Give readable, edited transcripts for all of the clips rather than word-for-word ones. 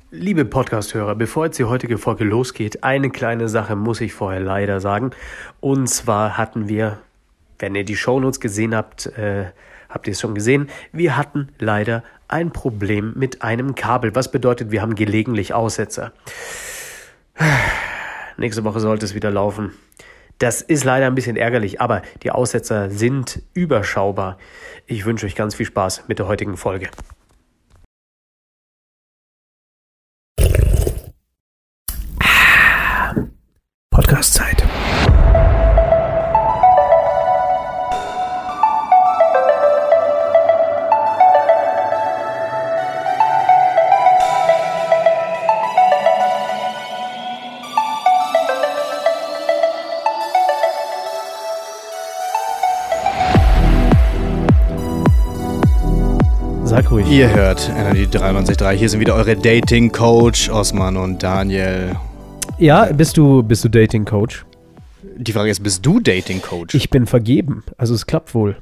Liebe Podcast-Hörer, bevor jetzt die heutige Folge losgeht, eine kleine Sache muss ich vorher leider sagen. Und zwar hatten wir, wenn ihr die Shownotes gesehen habt, habt ihr es schon gesehen, wir hatten leider ein Problem mit einem Kabel. Was bedeutet, wir haben gelegentlich Aussetzer. Nächste Woche sollte es wieder laufen. Das ist leider ein bisschen ärgerlich, aber die Aussetzer sind überschaubar. Ich wünsche euch ganz viel Spaß mit der heutigen Folge. Podcast-Zeit. Sag ruhig. Ihr hört Energy 93.3. Hier sind wieder eure Dating-Coach Osman und Daniel. Ja, bist du Dating-Coach? Die Frage ist, bist du Dating-Coach? Ich bin vergeben, also es klappt wohl.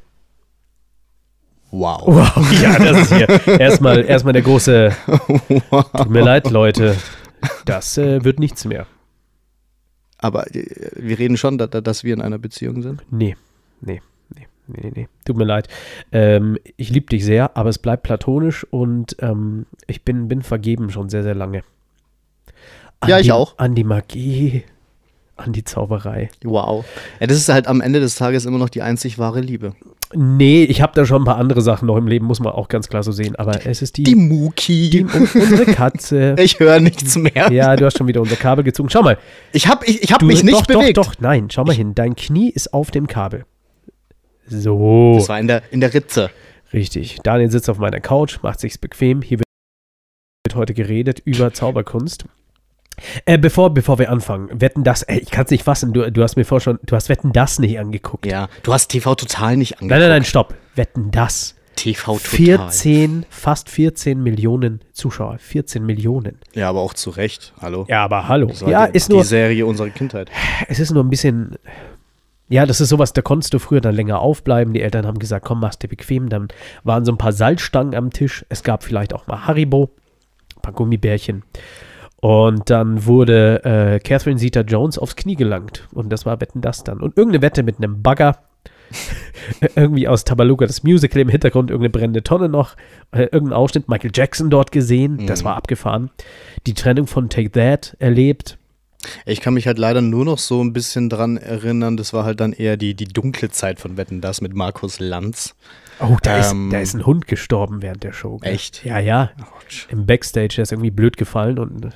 Wow. Wow, ja, das ist hier erstmal der große, tut mir leid, Leute, das wird nichts mehr. Aber wir reden schon, dass wir in einer Beziehung sind? Nee. Tut mir leid. Ich liebe dich sehr, aber es bleibt platonisch und ich bin vergeben schon sehr, sehr lange. Ich auch. An die Magie, an die Zauberei. Wow. Ja, das ist halt am Ende des Tages immer noch die einzig wahre Liebe. Nee, ich habe da schon ein paar andere Sachen noch im Leben, muss man auch ganz klar so sehen. Aber es ist die Muki. Unsere Katze. Ich höre nichts mehr. Ja, du hast schon wieder unser Kabel gezogen. Schau mal. Ich hab mich nicht bewegt. Doch, nein, schau mal hin. Dein Knie ist auf dem Kabel. So. Das war in der Ritze. Richtig. Daniel sitzt auf meiner Couch, macht sich's bequem. Hier wird heute geredet über Zauberkunst. Bevor wir anfangen, Wetten, das, ich kann es nicht fassen, du hast mir vorher schon, du hast Wetten, das nicht angeguckt. Ja, du hast TV Total nicht angeguckt. Nein, stopp. Wetten, das. TV Total. Fast 14 Millionen Zuschauer. 14 Millionen. Ja, aber auch zu Recht. Hallo. Ja, aber hallo. Ja, ist nur die Serie unserer Kindheit. Es ist nur ein bisschen, ja, das ist sowas, da konntest du früher dann länger aufbleiben. Die Eltern haben gesagt, komm, mach's dir bequem. Dann waren so ein paar Salzstangen am Tisch. Es gab vielleicht auch mal Haribo, ein paar Gummibärchen. Und dann wurde Catherine Zeta-Jones aufs Knie gelangt. Und das war Wetten, das dann. Und irgendeine Wette mit einem Bagger. Irgendwie aus Tabaluga, das Musical im Hintergrund, irgendeine brennende Tonne noch. Irgendein Ausschnitt, Michael Jackson dort gesehen. Das war abgefahren. Die Trennung von Take That erlebt. Ich kann mich halt leider nur noch so ein bisschen dran erinnern. Das war halt dann eher die dunkle Zeit von Wetten, das mit Markus Lanz. Oh, da ist ein Hund gestorben während der Show. Gell? Echt? Ja. Ouch. Im Backstage, der ist irgendwie blöd gefallen und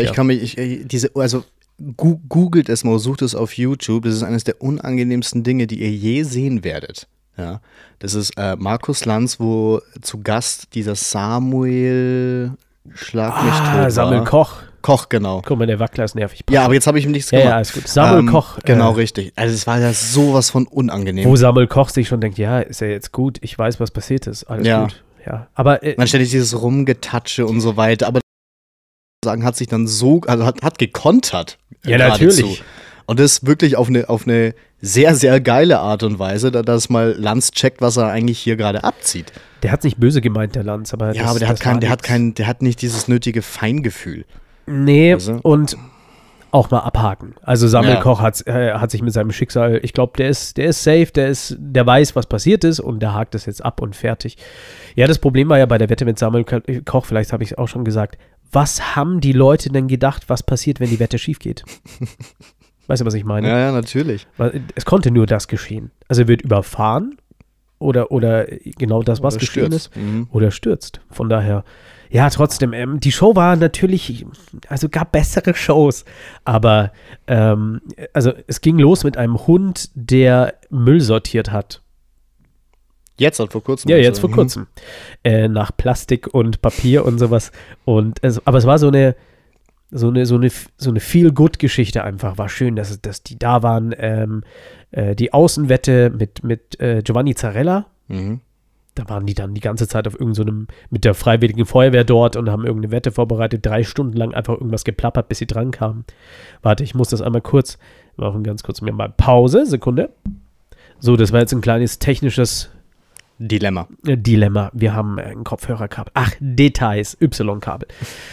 googelt es mal, sucht es auf YouTube. Das ist eines der unangenehmsten Dinge, die ihr je sehen werdet. Ja, das ist Markus Lanz, wo zu Gast dieser Samuel Schlag mich tot war. Samuel Koch. Koch, genau. Guck mal, der Wackler ist nervig. Ja, aber jetzt habe ich ihm nichts gemacht. Ja, ist gut. Samuel Koch. Genau, richtig. Also es war ja sowas von unangenehm. Wo Samuel Koch sich schon denkt, ja, ist ja jetzt gut, ich weiß, was passiert ist, alles gut. Ja, aber man ständig dieses Rumgetatsche und so weiter, aber sagen, hat sich dann hat gekontert. Ja, natürlich. Und das wirklich auf eine sehr, sehr geile Art und Weise, dass mal Lanz checkt, was er eigentlich hier gerade abzieht. Der hat nicht böse gemeint, der Lanz, aber ja, aber der hat nicht dieses nötige Feingefühl. Nee, also. Und auch mal abhaken. Also Samuel Koch hat sich mit seinem Schicksal, ich glaube, der ist safe, der weiß, was passiert ist und der hakt das jetzt ab und fertig. Ja, das Problem war ja bei der Wette mit Samuel Koch, vielleicht habe ich es auch schon gesagt, was haben die Leute denn gedacht, was passiert, wenn die Wette schief geht? Weißt du, was ich meine? Ja, natürlich. Es konnte nur das geschehen. Also er wird überfahren oder genau das, was geschehen ist, oder stürzt. Von daher, ja, trotzdem, die Show war natürlich, also gab bessere Shows, aber also es ging los mit einem Hund, der Müll sortiert hat. Jetzt vor kurzem? Ja, jetzt vor kurzem. Nach Plastik und Papier und sowas. Aber es war so eine Feel-Good-Geschichte einfach. War schön, dass die da waren. Die Außenwette mit Giovanni Zarella. Mhm. Da waren die dann die ganze Zeit auf mit der Freiwilligen Feuerwehr dort und haben irgendeine Wette vorbereitet, 3 Stunden lang einfach irgendwas geplappert, bis sie dran kamen. Warte, ich muss das einmal kurz, wir machen ganz kurz mir mal Pause, Sekunde. So, das war jetzt ein kleines technisches Dilemma. Wir haben ein Kopfhörerkabel. Ach, Details, Y-Kabel.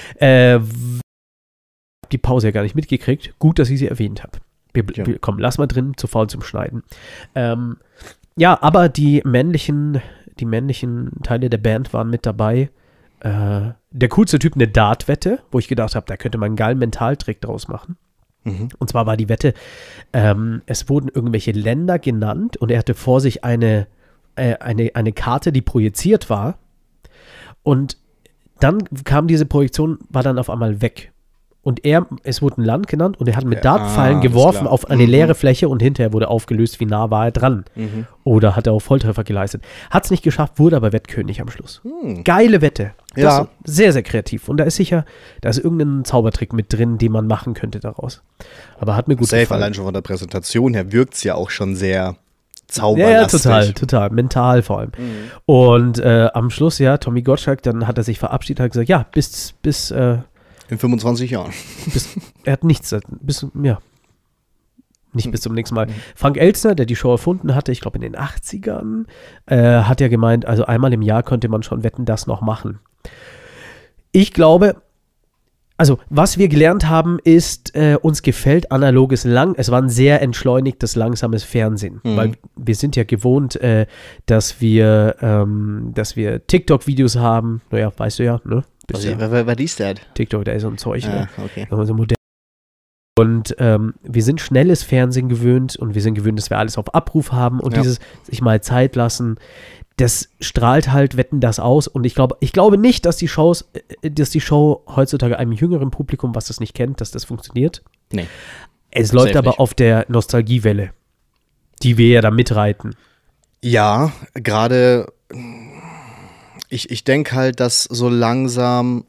Die Pause ja gar nicht mitgekriegt. Gut, dass ich sie erwähnt habe. Komm, lass mal drin, zu faul zum Schneiden. Ja, aber die männlichen Teile der Band waren mit dabei. Der coolste Typ, eine Dart-Wette, wo ich gedacht habe, da könnte man einen geilen Mentaltrick draus machen. Und zwar war die Wette, es wurden irgendwelche Länder genannt und er hatte vor sich eine Karte, die projiziert war. Und dann kam diese Projektion, war dann auf einmal weg. Und es wurde ein Land genannt und er hat mit Dartpfeilen geworfen auf eine leere Fläche und hinterher wurde aufgelöst, wie nah war er dran. Oder hat er auch Volltreffer geleistet. Hat es nicht geschafft, wurde aber Wettkönig am Schluss. Geile Wette. Das ist sehr, sehr kreativ. Und da ist irgendein Zaubertrick mit drin, den man machen könnte daraus. Aber hat mir gut gefallen. Allein schon von der Präsentation her wirkt es ja auch schon sehr zauberlastig. Ja, total. Mental vor allem. Und am Schluss, Tommy Gottschalk, dann hat er sich verabschiedet, hat gesagt, bis in 25 Jahren. Er hat nichts, nicht bis zum nächsten Mal. Frank Elstner, der die Show erfunden hatte, ich glaube in den 80ern, hat ja gemeint, also einmal im Jahr könnte man schon Wetten, das noch machen. Ich glaube, also was wir gelernt haben, ist, uns gefällt analoges es war ein sehr entschleunigtes, langsames Fernsehen, weil wir sind ja gewohnt, dass wir TikTok-Videos haben, naja, weißt du ja, ne? Was ist das? TikTok, da ist so ein Zeug, ne? Okay. So modern. Und wir sind schnelles Fernsehen gewöhnt und wir sind gewöhnt, dass wir alles auf Abruf haben und dieses sich mal Zeit lassen, das strahlt halt Wetten, das aus. Und ich glaube nicht, dass die Show heutzutage einem jüngeren Publikum, was das nicht kennt, dass das funktioniert. Nee. Es läuft aber auf der Nostalgiewelle, die wir ja da mitreiten. Ja, gerade ich denke halt, dass so langsam,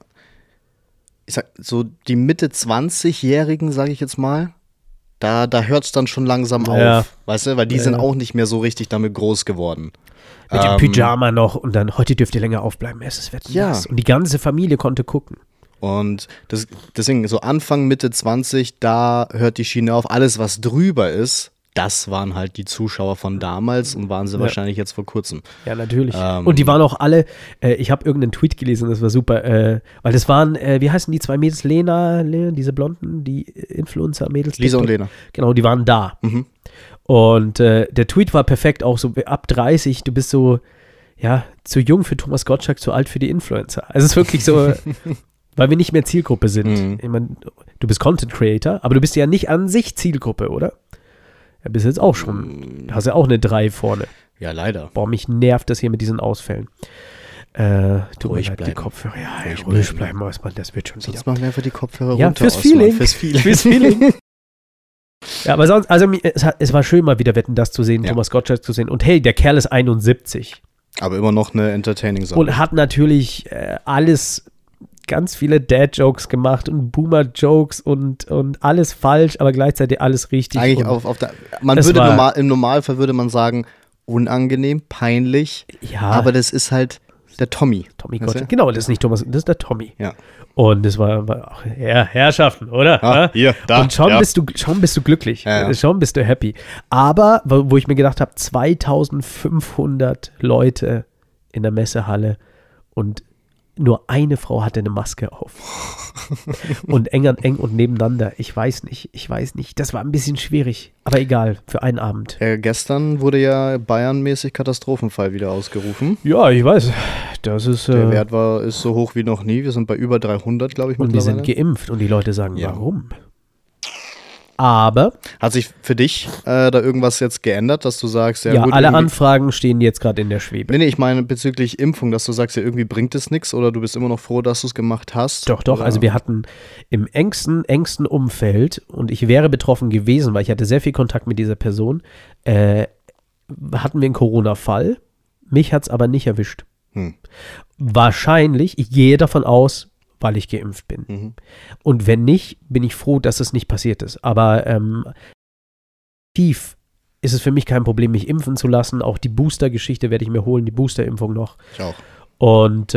so die Mitte 20-Jährigen, sage ich jetzt mal, da hört es dann schon langsam auf, weißt du, weil die sind auch nicht mehr so richtig damit groß geworden. Mit dem Pyjama noch und dann, heute dürft ihr länger aufbleiben, erstes Wetten, das. Und die ganze Familie konnte gucken. Und deswegen, so Anfang, Mitte 20, da hört die Schiene auf. Alles, was drüber ist, das waren halt die Zuschauer von damals und waren sie wahrscheinlich jetzt vor kurzem. Ja, natürlich. Und die waren auch alle, ich habe irgendeinen Tweet gelesen, das war super, weil das waren, wie heißen die zwei Mädels, Lena, diese Blonden, die Influencer-Mädels. Lisa und Lena. Genau, die waren da. Und der Tweet war perfekt, auch so ab 30, du bist so, zu jung für Thomas Gottschalk, zu alt für die Influencer. Also es ist wirklich so, weil wir nicht mehr Zielgruppe sind. Ich meine, du bist Content Creator, aber du bist ja nicht an sich Zielgruppe, oder? Ja, bist jetzt auch schon, hast ja auch eine 3 vorne. Ja, leider. Boah, mich nervt das hier mit diesen Ausfällen. Ruhig bleiben. Die Kopfhörer, ruhig bleiben, das wird schon Sonst machen wir einfach die Kopfhörer runter. Fürs Feeling. Ja, aber sonst, also es war schön mal wieder Wetten, das zu sehen, Thomas Gottschalk zu sehen. Und hey, der Kerl ist 71. Aber immer noch eine Entertaining-Sache. Und hat natürlich ganz viele Dad-Jokes gemacht und Boomer-Jokes und alles falsch, aber gleichzeitig alles richtig. Eigentlich im Normalfall würde man sagen, unangenehm, peinlich, aber das ist halt der Tommy. Tommy Gottschalk. Genau, das ist nicht Thomas, das ist der Tommy. Ja. Und das war auch, Herrschaften, oder? Hier, da. Und schon bist du glücklich. Ja. Schon bist du happy. Aber, wo ich mir gedacht habe, 2500 Leute in der Messehalle und nur eine Frau hatte eine Maske auf. Und eng und nebeneinander. Ich weiß nicht. Das war ein bisschen schwierig. Aber egal, für einen Abend. Gestern wurde ja bayernmäßig Katastrophenfall wieder ausgerufen. Ja, ich weiß. Das ist, der Wert ist so hoch wie noch nie. Wir sind bei über 300, glaube ich, mittlerweile. Und wir sind geimpft. Und die Leute sagen, warum? Aber hat sich für dich da irgendwas jetzt geändert, dass du sagst, gut, alle Anfragen stehen jetzt gerade in der Schwebe. Nee, ich meine bezüglich Impfung, dass du sagst, irgendwie bringt es nichts oder du bist immer noch froh, dass du es gemacht hast? Doch, oder? Also wir hatten im engsten Umfeld und ich wäre betroffen gewesen, weil ich hatte sehr viel Kontakt mit dieser Person, hatten wir einen Corona-Fall. Mich hat es aber nicht erwischt. Wahrscheinlich, ich gehe davon aus, weil ich geimpft bin. Und wenn nicht, bin ich froh, dass es nicht passiert ist. Aber tief ist es für mich kein Problem, mich impfen zu lassen. Auch die Booster-Geschichte werde ich mir holen, die Booster-Impfung noch. Ich auch. Und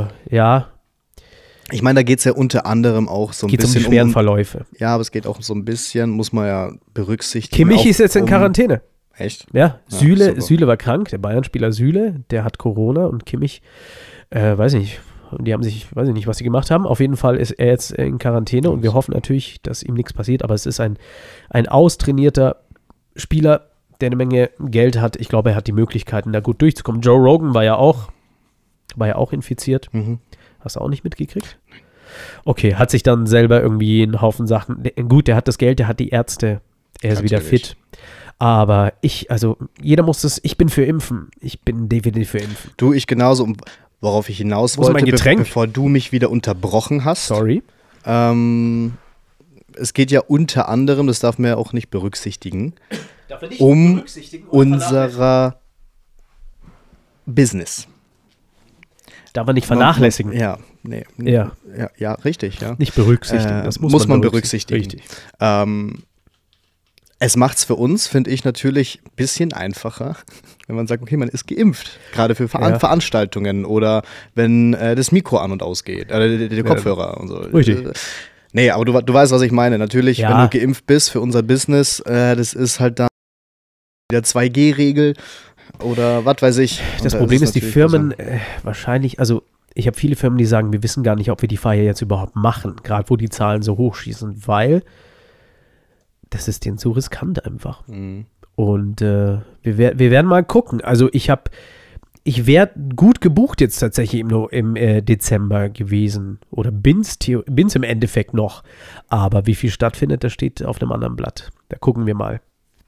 ich meine, da geht es ja unter anderem auch so ein bisschen um die schweren Verläufe. Ja, aber es geht auch so ein bisschen, muss man ja berücksichtigen. Kimmich ist jetzt in Quarantäne. Echt? Ja, super. Süle war krank, der Bayern-Spieler Süle, der hat Corona und Kimmich, weiß nicht, die haben sich, weiß ich nicht, was sie gemacht haben. Auf jeden Fall ist er jetzt in Quarantäne und wir hoffen natürlich, dass ihm nichts passiert, aber es ist ein austrainierter Spieler, der eine Menge Geld hat. Ich glaube, er hat die Möglichkeiten, da gut durchzukommen. Joe Rogan war ja auch infiziert. Hast du auch nicht mitgekriegt? Okay, hat sich dann selber irgendwie einen Haufen Sachen, gut, der hat das Geld, der hat die Ärzte, er ist wieder fit. Aber jeder muss das, ich bin für Impfen. Ich bin definitiv für Impfen. Du, ich genauso. Worauf ich hinaus Wo ist mein wollte, Getränk? bevor du mich wieder unterbrochen hast. Sorry. Es geht ja unter anderem, das darf man ja auch nicht berücksichtigen, Darf er nicht um berücksichtigen oder unserer Business. darf man nicht vernachlässigen. Ja, nee. Ja. Ja, richtig, ja. Nicht berücksichtigen. Das muss man berücksichtigen. Richtig. Es macht es für uns, finde ich, natürlich ein bisschen einfacher, wenn man sagt, okay, man ist geimpft. Gerade für Veranstaltungen oder wenn das Mikro an- und ausgeht, der Kopfhörer und so. Richtig. Nee, aber du weißt, was ich meine. Natürlich, wenn du geimpft bist für unser Business, das ist halt dann der 2G-Regel oder was weiß ich. Das Problem ist, die Firmen wahrscheinlich, also ich habe viele Firmen, die sagen, wir wissen gar nicht, ob wir die Feier jetzt überhaupt machen, gerade wo die Zahlen so hoch schießen, weil das ist denen zu riskant einfach. Und wir werden mal gucken. Also ich wäre gut gebucht jetzt tatsächlich im Dezember gewesen oder bin's im Endeffekt noch. Aber wie viel stattfindet, das steht auf einem anderen Blatt. Da gucken wir mal.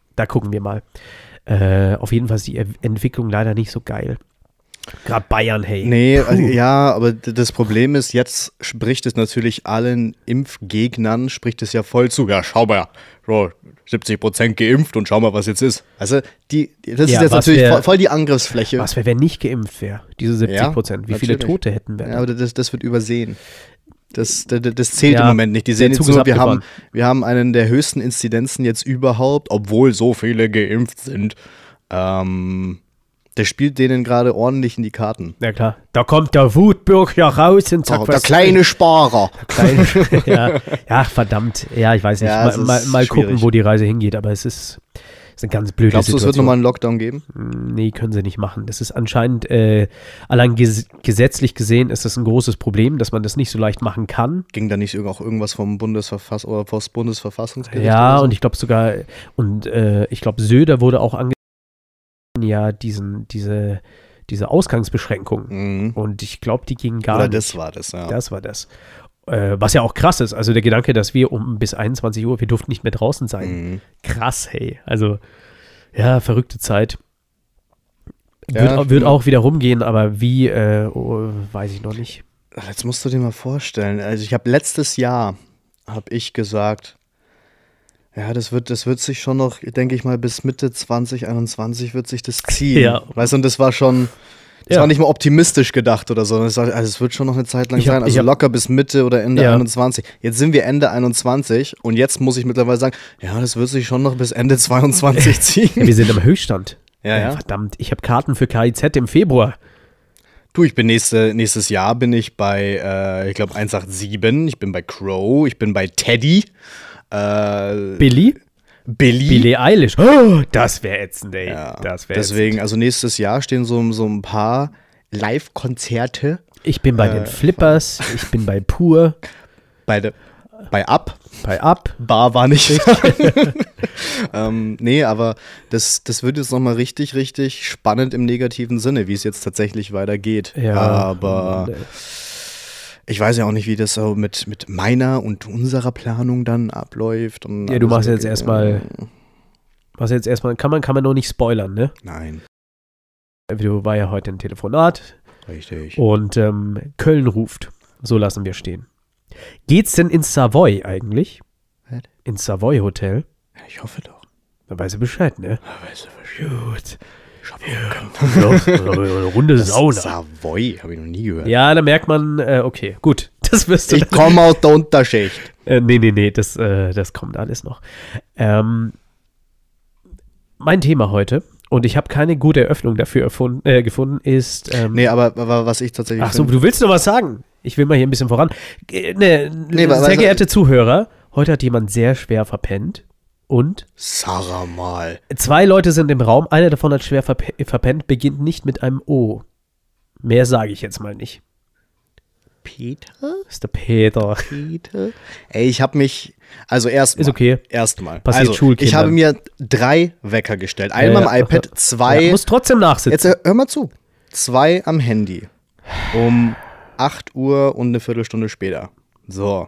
Auf jeden Fall ist die Entwicklung leider nicht so geil. Gerade Bayern, hey. Nee, also, ja, aber das Problem ist, jetzt spricht es natürlich allen Impfgegnern, spricht es ja voll zu. Ja, schau mal, so 70% geimpft und schau mal, was jetzt ist. Also, das ist jetzt natürlich voll die Angriffsfläche. Was wäre, wenn nicht geimpft wäre, diese 70%? Wie natürlich. viele Tote hätten wir? Ja, aber das wird übersehen. Das zählt im Moment nicht. Die sehen jetzt nur, wir haben einen der höchsten Inzidenzen jetzt überhaupt, obwohl so viele geimpft sind. Der spielt denen gerade ordentlich in die Karten. Ja klar, da kommt der Wutbürger raus und sagt, der kleine Sparer. Ja, verdammt. Ja, ich weiß nicht. Ja, mal gucken, wo die Reise hingeht, aber es ist eine ganz blöde Glaubst du, Situation. es wird nochmal einen Lockdown geben? Nee, können sie nicht machen. Das ist anscheinend, allein gesetzlich gesehen, ist das ein großes Problem, dass man das nicht so leicht machen kann. Ging da nicht auch irgendwas vom Bundesverfassungsgericht? Ja, und ich glaube sogar, ich glaube, Söder wurde auch ja diese Ausgangsbeschränkung. Und ich glaube, die gingen gar nicht. Das war das, ja. Das war das. Was ja auch krass ist. Also der Gedanke, dass wir bis 21 Uhr, wir durften nicht mehr draußen sein. Krass, hey. Also, ja, verrückte Zeit. Wird auch wieder rumgehen, aber wie, weiß ich noch nicht. Jetzt musst du dir mal vorstellen. Also ich habe letztes Jahr, gesagt, ja, das wird sich schon noch, denke ich mal, bis Mitte 2021 wird sich das ziehen. Ja. Weißt du, und das war schon, war nicht mal optimistisch gedacht oder so. Es wird schon noch eine Zeit lang sein, also locker bis Mitte oder Ende 21. Jetzt sind wir Ende 21 und jetzt muss ich mittlerweile sagen, ja, das wird sich schon noch bis Ende 22 ziehen. Ja, wir sind am Höchststand. Ja. Verdammt, ich habe Karten für KIZ im Februar. Du, ich bin nächstes Jahr bin ich bei, ich glaube 187, ich bin bei Crow, ich bin bei Teddy. Billy Eilish. Oh, das wäre ätzend, ey. Ja, deswegen, also nächstes Jahr stehen so ein paar Live-Konzerte. Ich bin bei den Flippers, ich bin bei Pur. Bei Up. Bei Up. Bar war nicht. Nee, aber das wird jetzt nochmal richtig, richtig spannend im negativen Sinne, wie es jetzt tatsächlich weitergeht. Ja. Aber ich weiß ja auch nicht, wie das so mit meiner und unserer Planung dann abläuft. Und ja, du machst jetzt erstmal, kann man noch nicht spoilern, ne? Nein. Du war ja heute ein Telefonat. Richtig. Und Köln ruft. So lassen wir stehen. Geht's denn ins Savoy eigentlich? Was? Ins Savoy Hotel? Ich hoffe doch. Da weiß er Bescheid, ne? Weißt du, gut. Eine runde Sauna. Savoy, habe ich noch nie gehört. Ja, da merkt man, okay, gut. Das wirst du. Ich komme aus der Unterschicht. Nee, das kommt alles noch. Mein Thema heute, und ich habe keine gute Eröffnung dafür gefunden, ist. Nee, aber was ich tatsächlich. Ach so, du willst noch was sagen? Ich will mal hier ein bisschen voran. Sehr geehrte Zuhörer, heute hat jemand sehr schwer verpennt. Und? Sarah mal. 2 Leute sind im Raum, einer davon hat schwer verpennt, beginnt nicht mit einem O. Mehr sage ich jetzt mal nicht. Peter? Das ist der Peter. Peter? Ey, ich habe mich, also erstmal. Ist okay. Erstmal. Passiert Also, Schulkindern. ich habe mir 3 Wecker gestellt. Einmal am iPad, 2. Ja, muss trotzdem nachsitzen. Jetzt hör mal zu. 2 am Handy. Um 8 Uhr und eine Viertelstunde später. So.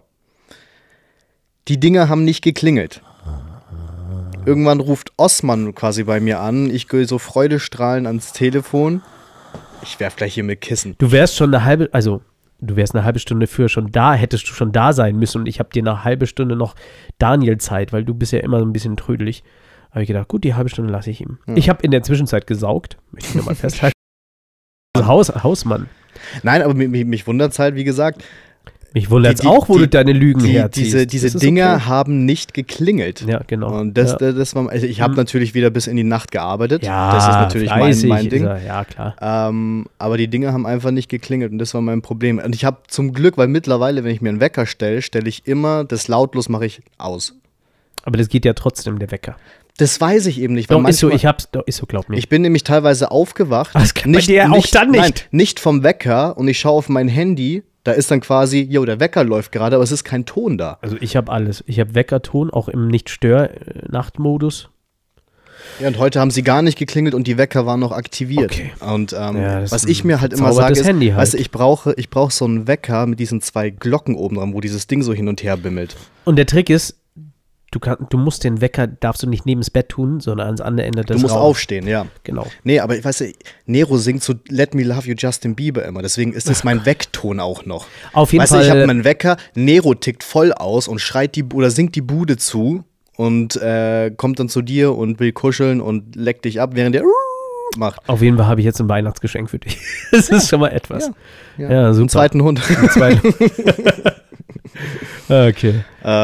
Die Dinger haben nicht geklingelt. Irgendwann ruft Osman quasi bei mir an. Ich gehe so freudestrahlend ans Telefon. Ich werf gleich hier mit Kissen. Du wärst eine halbe Stunde früher schon da, hättest du schon da sein müssen und ich habe dir eine halbe Stunde noch Daniel Zeit, weil du bist ja immer so ein bisschen trödelig. Habe ich gedacht, gut, die halbe Stunde lasse ich ihm. Ja. Ich habe in der Zwischenzeit gesaugt, möchte ich nochmal festhalten. Also Hausmann. Nein, aber mich wundert es halt, wie gesagt. Mich wundert es auch, wo du deine Lügen herziehst. Diese Dinger haben nicht geklingelt. Ja, genau. Und das war, also ich habe natürlich wieder bis in die Nacht gearbeitet. Ja, das ist natürlich mein Ding. Ja, klar. Aber die Dinger haben einfach nicht geklingelt und das war mein Problem. Und ich habe zum Glück, weil mittlerweile, wenn ich mir einen Wecker stelle ich immer, das lautlos mache ich aus. Aber das geht ja trotzdem, der Wecker. Das weiß ich eben nicht. Weil Doch, ist so, glaub mir. Ich bin nämlich teilweise aufgewacht. Das kann bei dir auch dann nicht. Nein, nicht vom Wecker und ich schaue auf mein Handy. Da ist dann quasi, der Wecker läuft gerade, aber es ist kein Ton da. Also ich habe alles. Ich habe Weckerton, auch im Nicht-Stör-Nachtmodus. Ja, und heute haben sie gar nicht geklingelt und die Wecker waren noch aktiviert. Okay. Und ja, was ich mir halt immer sage, ist, Handy halt. weißt du, ich brauche so einen Wecker mit diesen 2 Glocken oben dran, wo dieses Ding so hin und her bimmelt. Und der Trick ist, du musst den Wecker, darfst du nicht neben das Bett tun, sondern ans andere Ende des Raums. Du musst aufstehen, ja. Genau. Nee, aber weißt du, Nero singt so Let Me Love You Justin Bieber immer, deswegen ist das mein Weckton auch noch. Auf jeden Fall. Weißt du, ich habe meinen Wecker, Nero tickt voll aus und singt die Bude zu und kommt dann zu dir und will kuscheln und leckt dich ab, während der macht. Auf jeden Fall habe ich jetzt ein Weihnachtsgeschenk für dich. Das ist schon mal etwas. Ja, super. Einen zweiten Hund. Okay.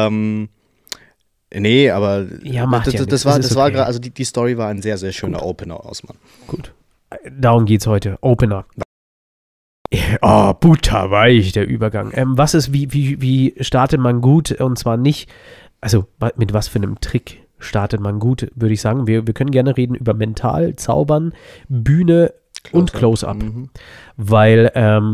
Nee, aber ja, das war gerade, also die Story war ein sehr, sehr schöner Opener, Osman. Gut. Darum geht's heute. Opener. Oh, butterweich, der Übergang. Wie startet man gut? Und zwar nicht, also mit was für einem Trick startet man gut, würde ich sagen. Wir können gerne reden über Mental, Zaubern, Bühne und Close-Up. Weil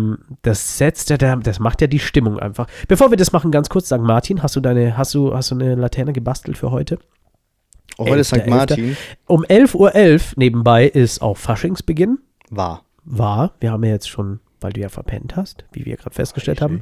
das macht ja die Stimmung einfach. Bevor wir das machen, ganz kurz sagen, Martin, hast du eine Laterne gebastelt für heute? Oh, heute ist St. Martin. Um 11:11 Uhr nebenbei ist auch Faschingsbeginn. War. Wir haben ja jetzt schon, weil du ja verpennt hast, wie wir gerade festgestellt haben,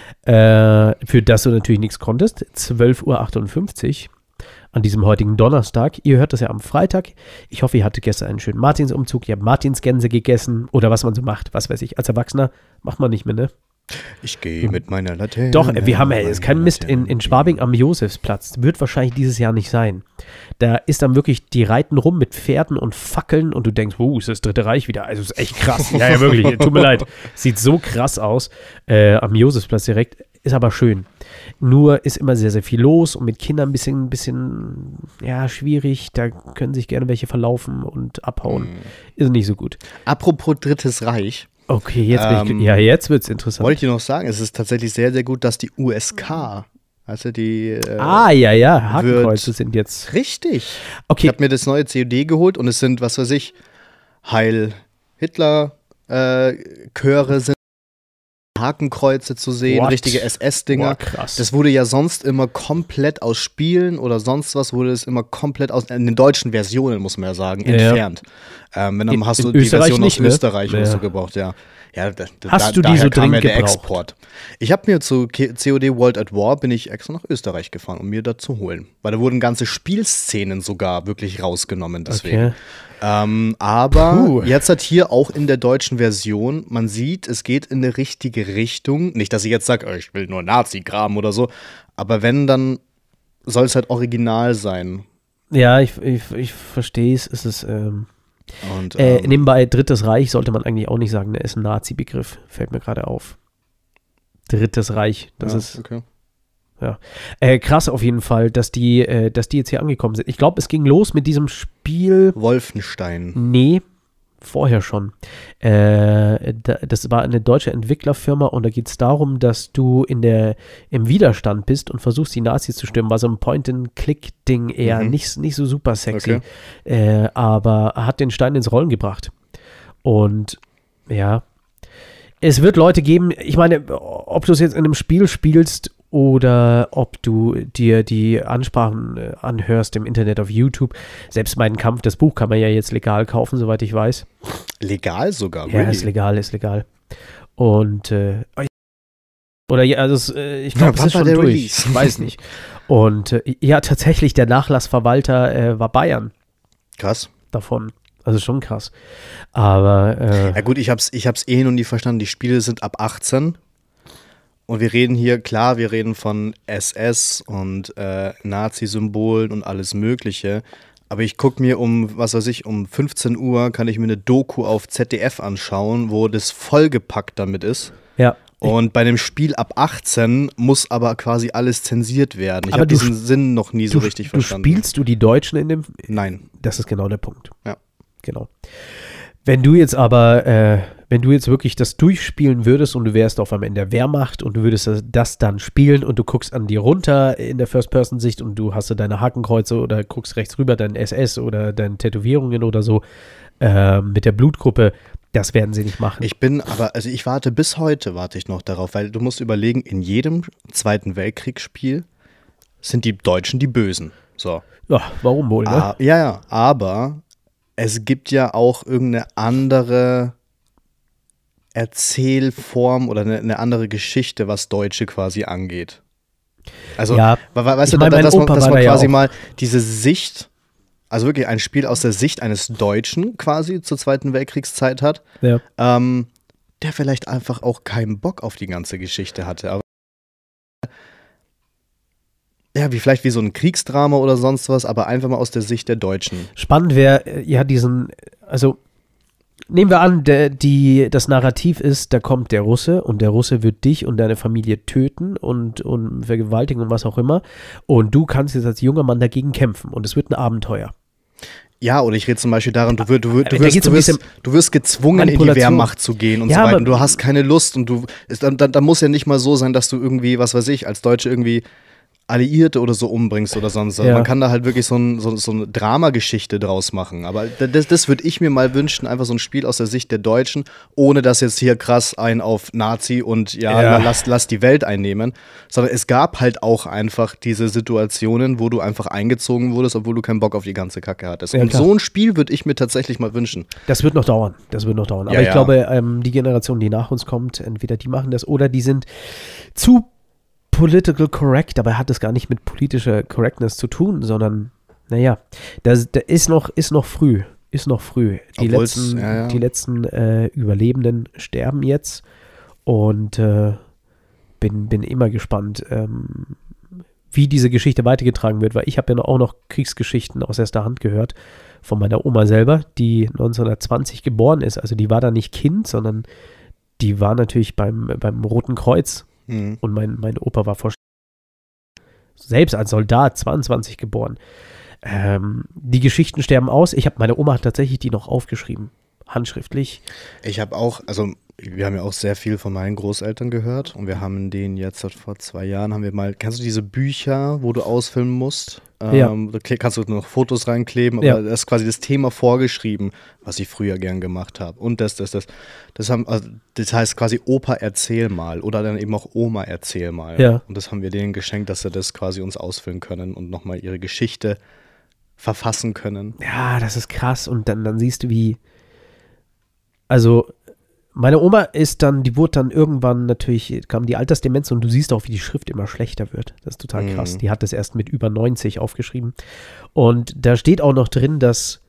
für das du natürlich nichts konntest, 12:58 Uhr. An diesem heutigen Donnerstag. Ihr hört das ja am Freitag. Ich hoffe, ihr hattet gestern einen schönen Martinsumzug. Ihr habt Martinsgänse gegessen oder was man so macht. Was weiß ich. Als Erwachsener macht man nicht mehr, ne? Ich gehe mit meiner Laterne. Doch, wir haben ja, ist kein Mist. In Schwabing am Josefsplatz. Wird wahrscheinlich dieses Jahr nicht sein. Da ist dann wirklich, die reiten rum mit Pferden und Fackeln und du denkst, ist das Dritte Reich wieder. Also ist echt krass. Ja, wirklich. Tut mir leid. Sieht so krass aus. Am Josefsplatz direkt. Ist aber schön. Nur ist immer sehr, sehr viel los und mit Kindern ein bisschen schwierig. Da können sich gerne welche verlaufen und abhauen. Ist nicht so gut. Apropos Drittes Reich. Okay, jetzt wird es interessant. Wollte ich noch sagen, es ist tatsächlich sehr, sehr gut, dass die USK, also die Hakenkreuze sind jetzt. Richtig. Okay. Ich habe mir das neue COD geholt und es sind, was weiß ich, Heil Hitler Chöre sind Hakenkreuze zu sehen, richtige SS-Dinger. Krass. Das wurde ja sonst immer komplett aus Spielen oder sonst was, wurde es immer komplett aus, in den deutschen Versionen, muss man ja sagen, entfernt. Wenn dann hast du die Version aus Österreich oder so gebraucht, ja. Ja, hast du die so dringend gebraucht? Export. Ich habe mir zu COD World at War bin ich extra nach Österreich gefahren, um mir das zu holen. Weil da wurden ganze Spielszenen sogar wirklich rausgenommen, deswegen. Okay. Aber jetzt hat hier auch in der deutschen Version, man sieht, es geht in eine richtige Richtung. Nicht, dass ich jetzt sage, ich will nur Nazi-Kram oder so, aber wenn, dann soll es halt original sein. Ja, ich verstehe es. Es ist nebenbei Drittes Reich sollte man eigentlich auch nicht sagen, der ist ein Nazi-Begriff, fällt mir gerade auf. Drittes Reich, das ist okay. Ja. Krass auf jeden Fall, dass die jetzt hier angekommen sind. Ich glaube, es ging los mit diesem Spiel. Wolfenstein. Nee, vorher schon. Das war eine deutsche Entwicklerfirma und da geht es darum, dass du im Widerstand bist und versuchst, die Nazis zu stürmen. War so ein Point-and-Click-Ding eher, nicht so super sexy, aber hat den Stein ins Rollen gebracht. Und ja, es wird Leute geben, ich meine, ob du es jetzt in einem Spiel spielst oder ob du dir die Ansprachen anhörst im Internet auf YouTube. Selbst Mein Kampf, das Buch kann man ja jetzt legal kaufen, soweit ich weiß. Legal sogar? Ja, really? ist legal. Und oder ja, also ich glaube, es ist schon durch. Release? Ich weiß nicht. Und ja, tatsächlich, der Nachlassverwalter war Bayern. Krass. Davon. Also schon krass. Aber ja gut, ich hab's noch nie verstanden. Die Spiele sind ab 18. Und wir reden hier, klar, wir reden von SS und Nazi-Symbolen und alles Mögliche. Aber ich gucke mir um 15 Uhr kann ich mir eine Doku auf ZDF anschauen, wo das vollgepackt damit ist. Ja. Und bei dem Spiel ab 18 muss aber quasi alles zensiert werden. Ich habe diesen Sinn noch nie so richtig verstanden. Spielst du die Deutschen in dem? Nein. Das ist genau der Punkt. Ja. Genau. Wenn du jetzt wirklich das durchspielen würdest und du wärst auf einmal in der Wehrmacht und du würdest das dann spielen und du guckst an dir runter in der First-Person-Sicht und du hast so deine Hakenkreuze oder guckst rechts rüber, dein SS oder deine Tätowierungen oder so mit der Blutgruppe, das werden sie nicht machen. Ich warte bis heute noch darauf, weil du musst überlegen, in jedem Zweiten Weltkriegsspiel sind die Deutschen die Bösen. So. Ja, warum wohl, ne? Ja, aber es gibt ja auch irgendeine andere Erzählform oder eine andere Geschichte, was Deutsche quasi angeht. Also, ja, weißt du, dass man quasi mal diese Sicht, also wirklich ein Spiel aus der Sicht eines Deutschen quasi zur Zweiten Weltkriegszeit hat, ja. Der vielleicht einfach auch keinen Bock auf die ganze Geschichte hatte. Aber ja, vielleicht wie so ein Kriegsdrama oder sonst was, aber einfach mal aus der Sicht der Deutschen. Spannend wäre, also nehmen wir an, das Narrativ ist, da kommt der Russe und der Russe wird dich und deine Familie töten und vergewaltigen und was auch immer und du kannst jetzt als junger Mann dagegen kämpfen und es wird ein Abenteuer. Ja, oder ich rede zum Beispiel daran, du wirst gezwungen, in die Wehrmacht zu gehen und so weiter und du hast keine Lust und da muss ja nicht mal so sein, dass du irgendwie, was weiß ich, als Deutsche irgendwie Alliierte oder so umbringst oder sonst was. Ja. Man kann da halt wirklich so eine Dramageschichte draus machen. Aber das würde ich mir mal wünschen, einfach so ein Spiel aus der Sicht der Deutschen, ohne dass jetzt hier krass ein auf Nazi und lass die Welt einnehmen. Sondern es gab halt auch einfach diese Situationen, wo du einfach eingezogen wurdest, obwohl du keinen Bock auf die ganze Kacke hattest. Ja, und so ein Spiel würde ich mir tatsächlich mal wünschen. Das wird noch dauern. Aber ich glaube, die Generation, die nach uns kommt, entweder die machen das oder die sind zu political correct, dabei hat es gar nicht mit politischer Correctness zu tun, sondern, naja, da ist noch früh. Die letzten Überlebenden sterben jetzt und bin immer gespannt, wie diese Geschichte weitergetragen wird, weil ich habe ja auch noch Kriegsgeschichten aus erster Hand gehört von meiner Oma selber, die 1920 geboren ist. Also die war da nicht Kind, sondern die war natürlich beim Roten Kreuz. Und mein Opa war selbst als Soldat 22 geboren. Die Geschichten sterben aus. Meine Oma hat tatsächlich die noch aufgeschrieben, handschriftlich. Ich habe auch, also wir haben ja auch sehr viel von meinen Großeltern gehört und wir haben denen jetzt vor 2 Jahren, kennst du diese Bücher, wo du ausfilmen musst? Ja. Da kannst du noch Fotos reinkleben, aber das ist quasi das Thema vorgeschrieben, was ich früher gern gemacht habe. Und das heißt quasi Opa erzähl mal oder dann eben auch Oma erzähl mal. Ja. Und das haben wir denen geschenkt, dass sie das quasi uns ausfüllen können und nochmal ihre Geschichte verfassen können. Ja, das ist krass. Und dann siehst du, wie, also meine Oma die wurde dann irgendwann natürlich, kam die Altersdemenz und du siehst auch, wie die Schrift immer schlechter wird. Das ist total krass. Die hat das erst mit über 90 aufgeschrieben. Und da steht auch noch drin, dass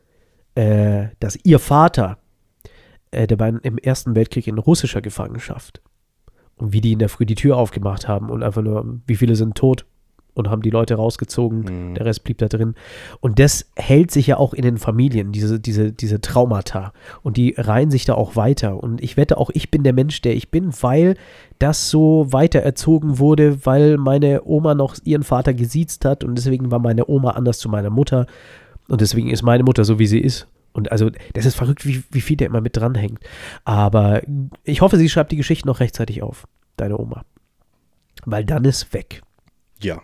ihr Vater, der war im Ersten Weltkrieg in russischer Gefangenschaft. Und wie die in der Früh die Tür aufgemacht haben und einfach nur, wie viele sind tot? Und haben die Leute rausgezogen, der Rest blieb da drin. Und das hält sich ja auch in den Familien, diese Traumata. Und die reihen sich da auch weiter. Und ich wette auch, ich bin der Mensch, der ich bin, weil das so weiter erzogen wurde, weil meine Oma noch ihren Vater gesiezt hat und deswegen war meine Oma anders zu meiner Mutter. Und deswegen ist meine Mutter so, wie sie ist. Und also, das ist verrückt, wie viel der immer mit dranhängt. Aber ich hoffe, sie schreibt die Geschichte noch rechtzeitig auf, deine Oma. Weil dann ist weg. Ja.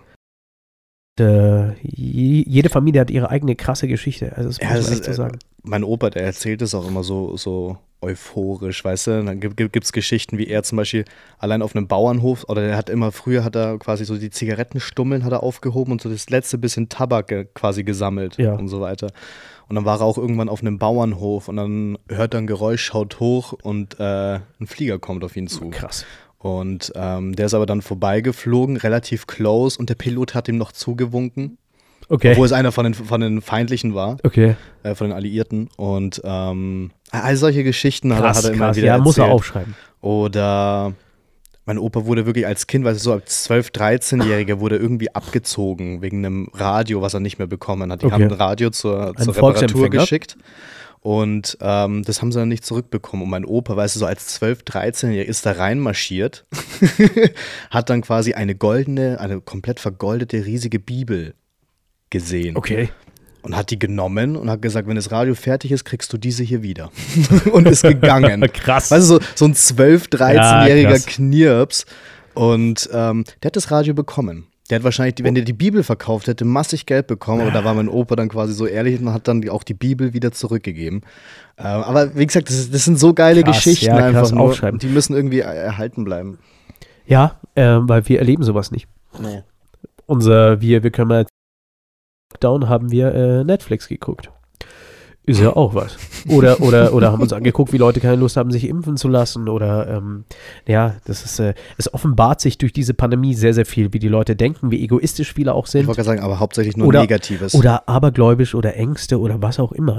Jede Familie hat ihre eigene krasse Geschichte. Also, das muss man echt so sagen. Mein Opa, der erzählt es auch immer so euphorisch, weißt du? Dann gibt es Geschichten, wie er zum Beispiel allein auf einem Bauernhof, oder früher hat er quasi so die Zigarettenstummeln hat er aufgehoben und so das letzte bisschen Tabak quasi gesammelt und so weiter. Und dann war er auch irgendwann auf einem Bauernhof und dann hört er ein Geräusch, schaut hoch und ein Flieger kommt auf ihn zu. Krass. Und der ist aber dann vorbeigeflogen, relativ close, und der Pilot hat ihm noch zugewunken. Okay. Obwohl es einer von den Feindlichen war. Okay. Von den Alliierten. Und all solche Geschichten hat er immer wieder erzählt. Muss er aufschreiben. Oder mein Opa wurde wirklich als Kind, weißt du, so als 12-, 13-Jähriger wurde irgendwie abgezogen wegen einem Radio, was er nicht mehr bekommen hat. Die haben ein Radio zur Reparatur geschickt. Und das haben sie dann nicht zurückbekommen. Und mein Opa, weißt du, so als 12-, 13-Jähriger ist da reinmarschiert, hat dann quasi eine komplett vergoldete, riesige Bibel gesehen. Okay. Und hat die genommen und hat gesagt, wenn das Radio fertig ist, kriegst du diese hier wieder. Und ist gegangen. Krass. Weißt du, so ein 12-, 13-jähriger Knirps. Und der hat das Radio bekommen. Der hat wahrscheinlich, wenn der die Bibel verkauft hätte, massig Geld bekommen. Aber da war mein Opa dann quasi so ehrlich und hat dann auch die Bibel wieder zurückgegeben. Aber wie gesagt, das sind so geile Geschichten einfach nur. Und die müssen irgendwie erhalten bleiben. Ja, weil wir erleben sowas nicht. Nee. Wir können mal Lockdown haben wir Netflix geguckt. Ist ja auch was. Oder haben uns angeguckt, wie Leute keine Lust haben, sich impfen zu lassen. Oder das ist, es offenbart sich durch diese Pandemie sehr, sehr viel, wie die Leute denken, wie egoistisch viele auch sind. Ich wollte gerade sagen, aber hauptsächlich nur Negatives. Oder abergläubisch oder Ängste oder was auch immer.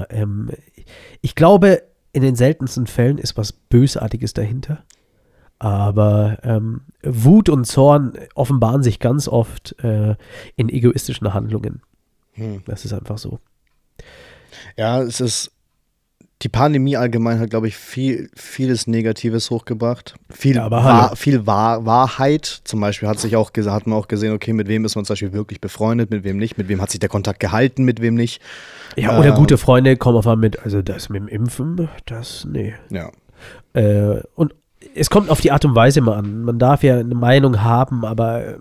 Ich glaube, in den seltensten Fällen ist was Bösartiges dahinter. Aber Wut und Zorn offenbaren sich ganz oft in egoistischen Handlungen. Das ist einfach so. Ja, die Pandemie allgemein hat, glaube ich, vieles Negatives hochgebracht. Viel Wahrheit. Zum Beispiel hat man auch gesehen, okay, mit wem ist man zum Beispiel wirklich befreundet, mit wem nicht, mit wem hat sich der Kontakt gehalten, mit wem nicht. Ja, oder gute Freunde kommen auf einmal mit, also das mit dem Impfen, nee. Ja. Und es kommt auf die Art und Weise mal an. Man darf ja eine Meinung haben, aber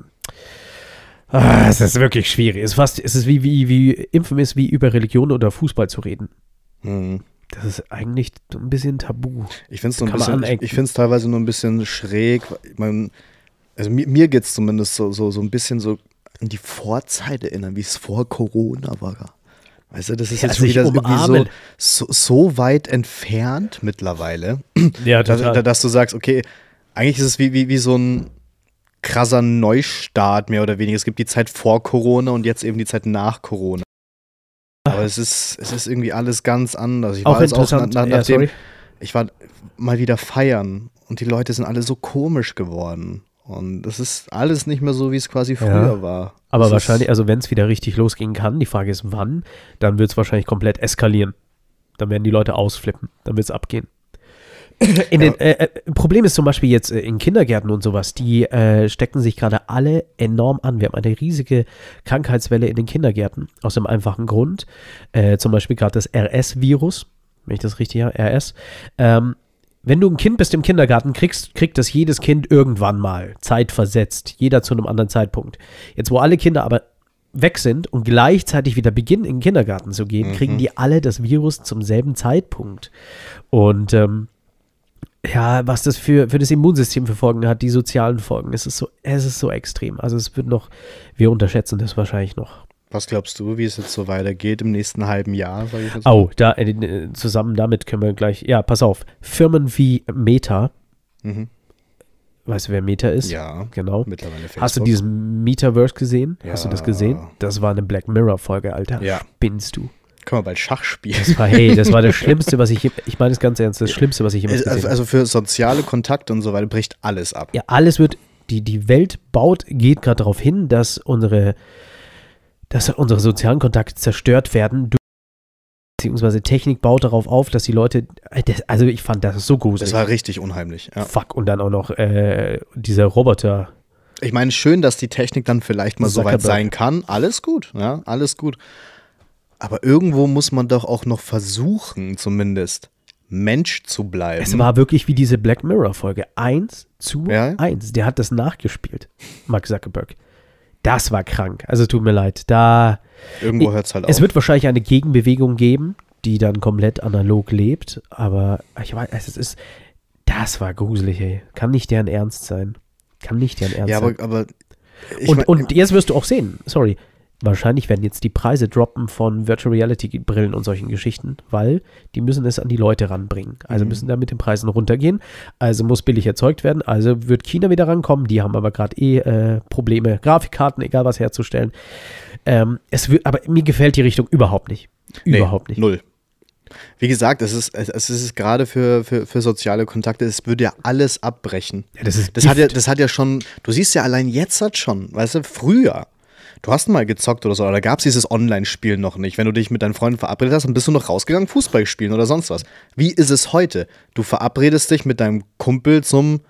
es ist wirklich schwierig. Es ist wie Impfen ist, wie über Religion oder Fußball zu reden. Mhm. Das ist eigentlich so ein bisschen tabu. Ich finde es teilweise nur ein bisschen schräg. Also mir geht es zumindest so ein bisschen so an die Vorzeit erinnern, wie es vor Corona war. Weißt du, das ist jetzt wieder irgendwie so weit entfernt mittlerweile, ja, dass du sagst, okay, eigentlich ist es wie so ein krasser Neustart, mehr oder weniger. Es gibt die Zeit vor Corona und jetzt eben die Zeit nach Corona. Aber es ist irgendwie alles ganz anders. Ich war mal wieder feiern und die Leute sind alle so komisch geworden. Und das ist alles nicht mehr so, wie es quasi früher war. Aber wahrscheinlich, also wenn es wieder richtig losgehen kann, die Frage ist wann, dann wird es wahrscheinlich komplett eskalieren. Dann werden die Leute ausflippen, dann wird es abgehen. Problem ist zum Beispiel jetzt in Kindergärten und sowas, die stecken sich gerade alle enorm an. Wir haben eine riesige Krankheitswelle in den Kindergärten, aus dem einfachen Grund. Zum Beispiel gerade das RS-Virus, wenn ich das richtig habe, RS. Wenn du ein Kind bist im Kindergarten, kriegt das jedes Kind irgendwann mal, zeitversetzt, jeder zu einem anderen Zeitpunkt. Jetzt, wo alle Kinder aber weg sind und gleichzeitig wieder beginnen, in den Kindergarten zu gehen, kriegen die alle das Virus zum selben Zeitpunkt. Und was das für das Immunsystem für Folgen hat, die sozialen Folgen, es ist so extrem. Also wir unterschätzen das wahrscheinlich noch. Was glaubst du, wie es jetzt so weitergeht im nächsten halben Jahr? Sag ich jetzt mal? Zusammen damit können wir gleich, pass auf, Firmen wie Meta, weißt du, wer Meta ist? Ja, genau. Mittlerweile Facebook. Hast du diesen Metaverse gesehen? Ja. Hast du das gesehen? Das war eine Black Mirror-Folge, Alter. Ja. Spinnst du? Können wir bald Schach spielen. Das war das Schlimmste, ich meine es ganz ernst, das Schlimmste, was ich jemals gesehen habe. Also für soziale Kontakte und so weiter bricht alles ab. Ja, alles die Welt geht gerade darauf hin, dass unsere sozialen Kontakte zerstört werden, beziehungsweise Technik baut darauf auf, dass die Leute, also ich fand das so gruselig. Das war richtig unheimlich, ja. Fuck, und dann auch noch dieser Roboter. Ich meine, schön, dass die Technik dann vielleicht mal so weit sein kann. Alles gut, ja, alles gut. Aber irgendwo muss man doch auch noch versuchen, zumindest Mensch zu bleiben. Es war wirklich wie diese Black Mirror-Folge. 1:1. Der hat das nachgespielt, Mark Zuckerberg. Das war krank. Also tut mir leid. Irgendwo hört es halt auf. Es wird wahrscheinlich eine Gegenbewegung geben, die dann komplett analog lebt. Aber ich weiß, das war gruselig, ey. Kann nicht deren Ernst sein. Ja, aber und jetzt wirst du auch sehen, sorry, wahrscheinlich werden jetzt die Preise droppen von Virtual Reality Brillen und solchen Geschichten, weil die müssen es an die Leute ranbringen. Also müssen da mit den Preisen runtergehen. Also muss billig erzeugt werden. Also wird China wieder rankommen. Die haben aber gerade Probleme, Grafikkarten, egal was herzustellen. Aber mir gefällt die Richtung überhaupt nicht. Überhaupt nicht. Null. Wie gesagt, es ist gerade für soziale Kontakte, es würde ja alles abbrechen. Ja, das hat ja schon, du siehst ja allein jetzt schon, weißt du, früher. Du hast mal gezockt oder so, aber da gab es dieses Online-Spiel noch nicht. Wenn du dich mit deinen Freunden verabredet hast, dann bist du noch rausgegangen, Fußball spielen oder sonst was. Wie ist es heute? Du verabredest dich mit deinem Kumpel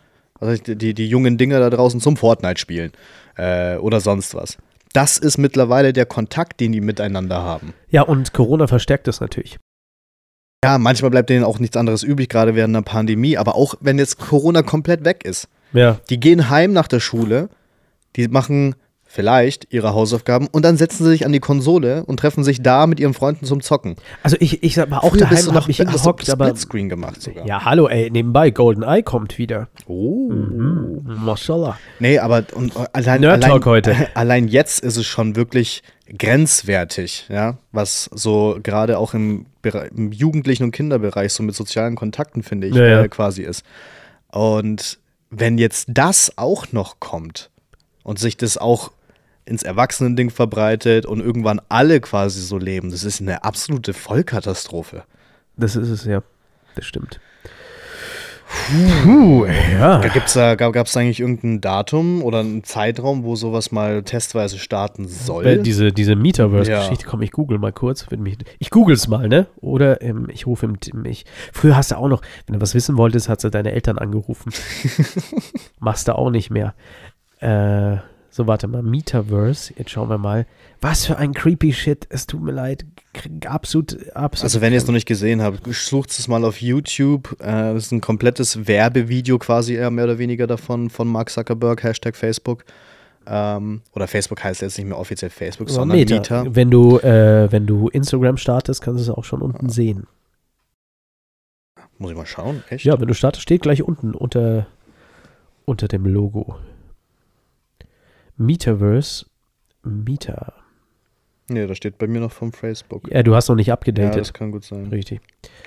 die jungen Dinger da draußen zum Fortnite spielen oder sonst was. Das ist mittlerweile der Kontakt, den die miteinander haben. Ja, und Corona verstärkt das natürlich. Ja, manchmal bleibt denen auch nichts anderes übrig, gerade während einer Pandemie. Aber auch wenn jetzt Corona komplett weg ist. Ja. Die gehen heim nach der Schule, die machen vielleicht ihre Hausaufgaben und dann setzen sie sich an die Konsole und treffen sich da mit ihren Freunden zum Zocken. Also ich sag mal, auch Früher daheim und hab mich hast du hingehockt, aber Splitscreen gemacht sogar. ja, hallo, ey, nebenbei, GoldenEye kommt wieder. Oh. Mashallah. Nee, aber Nerd Talk heute. Allein jetzt ist es schon wirklich grenzwertig, ja, was so gerade auch im Jugendlichen- und Kinderbereich so mit sozialen Kontakten, finde ich, quasi ist. Und wenn jetzt das auch noch kommt und sich das auch ins Erwachsenending verbreitet und irgendwann alle quasi so leben, das ist eine absolute Vollkatastrophe. Das ist es, ja. Das stimmt. Ja. Gab es eigentlich irgendein Datum oder einen Zeitraum, wo sowas mal testweise starten soll? Diese Metaverse-Geschichte, komm, ich google mal kurz. Ich google es mal, ne? Oder ich rufe früher hast du auch noch, wenn du was wissen wolltest, hast du deine Eltern angerufen. Machst du auch nicht mehr. So, warte mal, Metaverse, jetzt schauen wir mal. Was für ein creepy Shit, es tut mir leid. Absolut. Also wenn ihr es noch nicht gesehen habt, sucht es mal auf YouTube. Das ist ein komplettes Werbevideo quasi mehr oder weniger davon, von Mark Zuckerberg, #Facebook. Oder Facebook heißt jetzt nicht mehr offiziell Facebook, sondern Meta. Wenn du Instagram startest, kannst du es auch schon unten sehen. Muss ich mal schauen, echt? Ja, wenn du startest, steht gleich unten unter dem Logo. Metaverse. Meta. Nee, da steht bei mir noch vom Facebook. Ja, du hast noch nicht abgedatet. Ja, das kann gut sein. Richtig.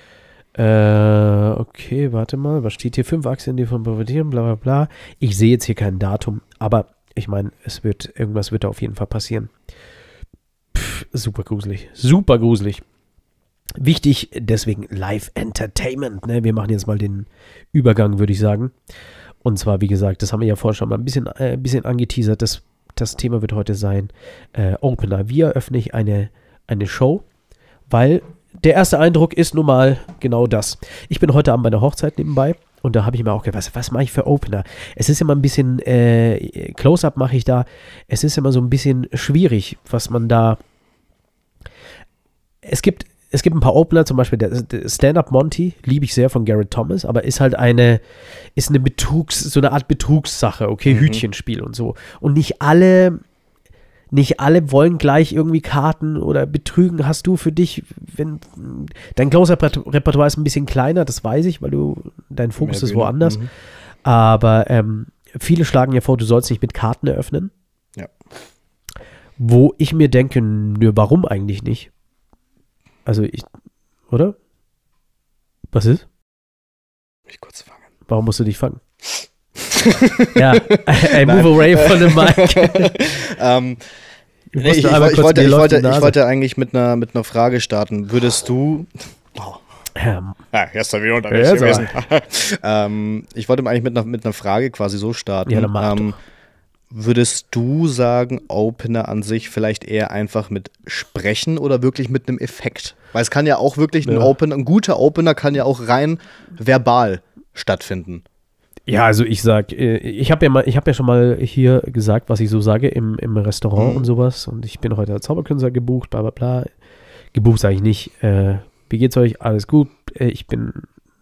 Okay, warte mal. Was steht hier? 5 Aktien, die von profitieren, bla bla bla. Ich sehe jetzt hier kein Datum, aber ich meine, irgendwas wird da auf jeden Fall passieren. Super gruselig. Super gruselig. Wichtig, deswegen Live Entertainment. Ne? Wir machen jetzt mal den Übergang, würde ich sagen. Und zwar, wie gesagt, das haben wir ja vorher schon mal ein bisschen angeteasert. Das Thema wird heute sein Opener. Wie eröffne ich eine Show? Weil der erste Eindruck ist nun mal genau das. Ich bin heute Abend bei einer Hochzeit nebenbei und da habe ich mir auch gedacht, was mache ich für Opener? Es ist immer ein bisschen, Close-Up mache ich da. Es ist immer so ein bisschen schwierig, was man da. Es gibt ein paar Opener, zum Beispiel der Stand-Up Monty, liebe ich sehr, von Garrett Thomas, aber ist halt so eine Art Betrugssache, okay, Hütchenspiel und so. Und nicht alle wollen gleich irgendwie Karten oder betrügen. Hast du für dich, wenn dein Close-Up-Repertoire ist ein bisschen kleiner, das weiß ich, weil dein Fokus ist woanders. Aber viele schlagen ja vor, du sollst nicht mit Karten eröffnen. Ja. Wo ich mir denke, nö, warum eigentlich nicht? Also oder? Was ist? Ich kurz fangen. Warum musst du dich fangen? Ja, I move away from the mic. Ich wollte eigentlich mit einer Frage starten. Würdest du. Wow. Erst wieder unterwegs gewesen. Ich wollte eigentlich mit einer Frage quasi so starten. Ja, dann mach doch. Würdest du sagen, Opener an sich vielleicht eher einfach mit Sprechen oder wirklich mit einem Effekt? Weil es kann ja auch wirklich ein guter Opener kann ja auch rein verbal stattfinden. Ja, also ich sag, ich habe ja schon mal hier gesagt, was ich so sage im Restaurant und sowas. Und ich bin heute als Zauberkünstler gebucht, bla bla bla. gebucht sage ich nicht, wie geht's euch? Alles gut, ich bin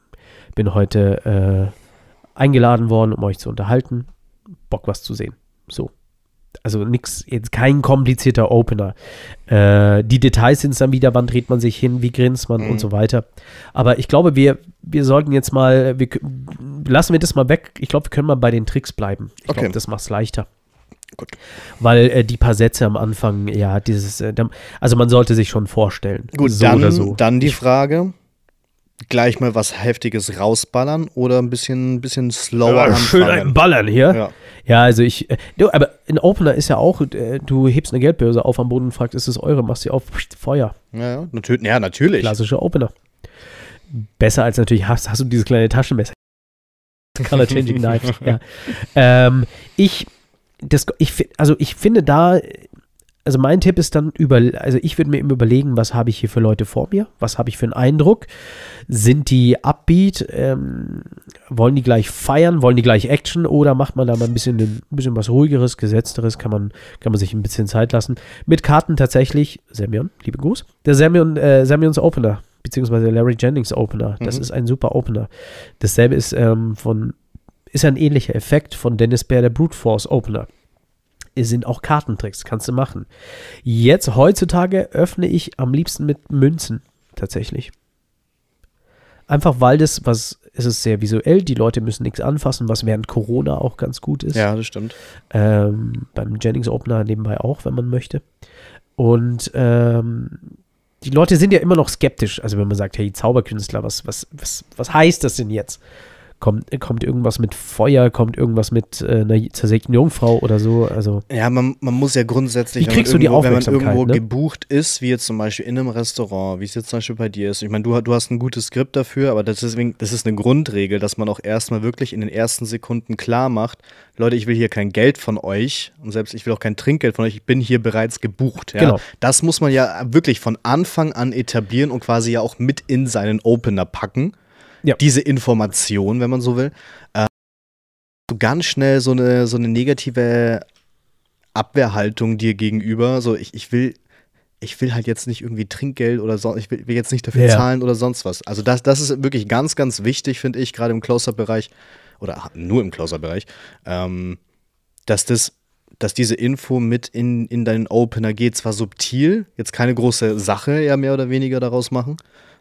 heute eingeladen worden, um euch zu unterhalten, Bock was zu sehen. So. Also nix, jetzt kein komplizierter Opener. Die Details sind es dann wieder, wann dreht man sich hin, wie grinst man und so weiter. Aber ich glaube, wir sollten jetzt mal, lassen wir das mal weg. Ich glaube, wir können mal bei den Tricks bleiben. Ich glaube, das macht es leichter. Gut. Weil die paar Sätze am Anfang, ja, also man sollte sich schon vorstellen. Gut, so dann, oder so. Dann die Frage, gleich mal was Heftiges rausballern oder ein bisschen slower anfangen? Schön ein Ballern hier. Ja, also aber ein Opener ist ja auch, du hebst eine Geldbörse auf am Boden und fragst, ist es eure, machst sie auf, Feuer. Ja, natürlich. Klassischer Opener. Besser als natürlich, hast du dieses kleine Taschenmesser. Color Changing Knives, ja. Ich finde da, also mein Tipp ist dann ich würde mir immer überlegen, was habe ich hier für Leute vor mir? Was habe ich für einen Eindruck? Sind die upbeat? Wollen die gleich feiern? Wollen die gleich Action? Oder macht man da mal ein bisschen was ruhigeres, gesetzteres? Kann man sich ein bisschen Zeit lassen. Mit Karten tatsächlich, Semyon, liebe Gruß, der Semyons Opener, beziehungsweise Larry Jennings Opener. Das ist ein super Opener. Dasselbe ist ist ein ähnlicher Effekt von Dennis Baer, der Brute Force Opener. Es sind auch Kartentricks, kannst du machen. Jetzt, heutzutage, öffne ich am liebsten mit Münzen, tatsächlich. Einfach weil es ist sehr visuell, die Leute müssen nichts anfassen, was während Corona auch ganz gut ist. Ja, das stimmt. Beim Jennings Opener nebenbei auch, wenn man möchte. Und die Leute sind ja immer noch skeptisch, also wenn man sagt, hey, Zauberkünstler, was heißt das denn jetzt? Kommt irgendwas mit Feuer, kommt irgendwas mit einer zersägten Jungfrau oder so, also. Ja, man muss ja grundsätzlich, wenn man irgendwo gebucht ist, wie jetzt zum Beispiel in einem Restaurant, wie es jetzt zum Beispiel bei dir ist, ich meine, du hast ein gutes Skript dafür, aber das ist eine Grundregel, dass man auch erstmal wirklich in den ersten Sekunden klar macht, Leute, ich will hier kein Geld von euch und selbst ich will auch kein Trinkgeld von euch, ich bin hier bereits gebucht. Ja? Genau. Das muss man ja wirklich von Anfang an etablieren und quasi ja auch mit in seinen Opener packen. Ja. Diese Information, wenn man so will, so ganz schnell so eine negative Abwehrhaltung dir gegenüber, so ich will halt jetzt nicht irgendwie Trinkgeld oder so, ich will jetzt nicht dafür zahlen oder sonst was. Also das ist wirklich ganz, ganz wichtig, finde ich, gerade im Close-Up-Bereich oder nur im Close-Up-Bereich, dass diese Info mit in deinen Opener geht, zwar subtil, jetzt keine große Sache ja mehr oder weniger daraus machen.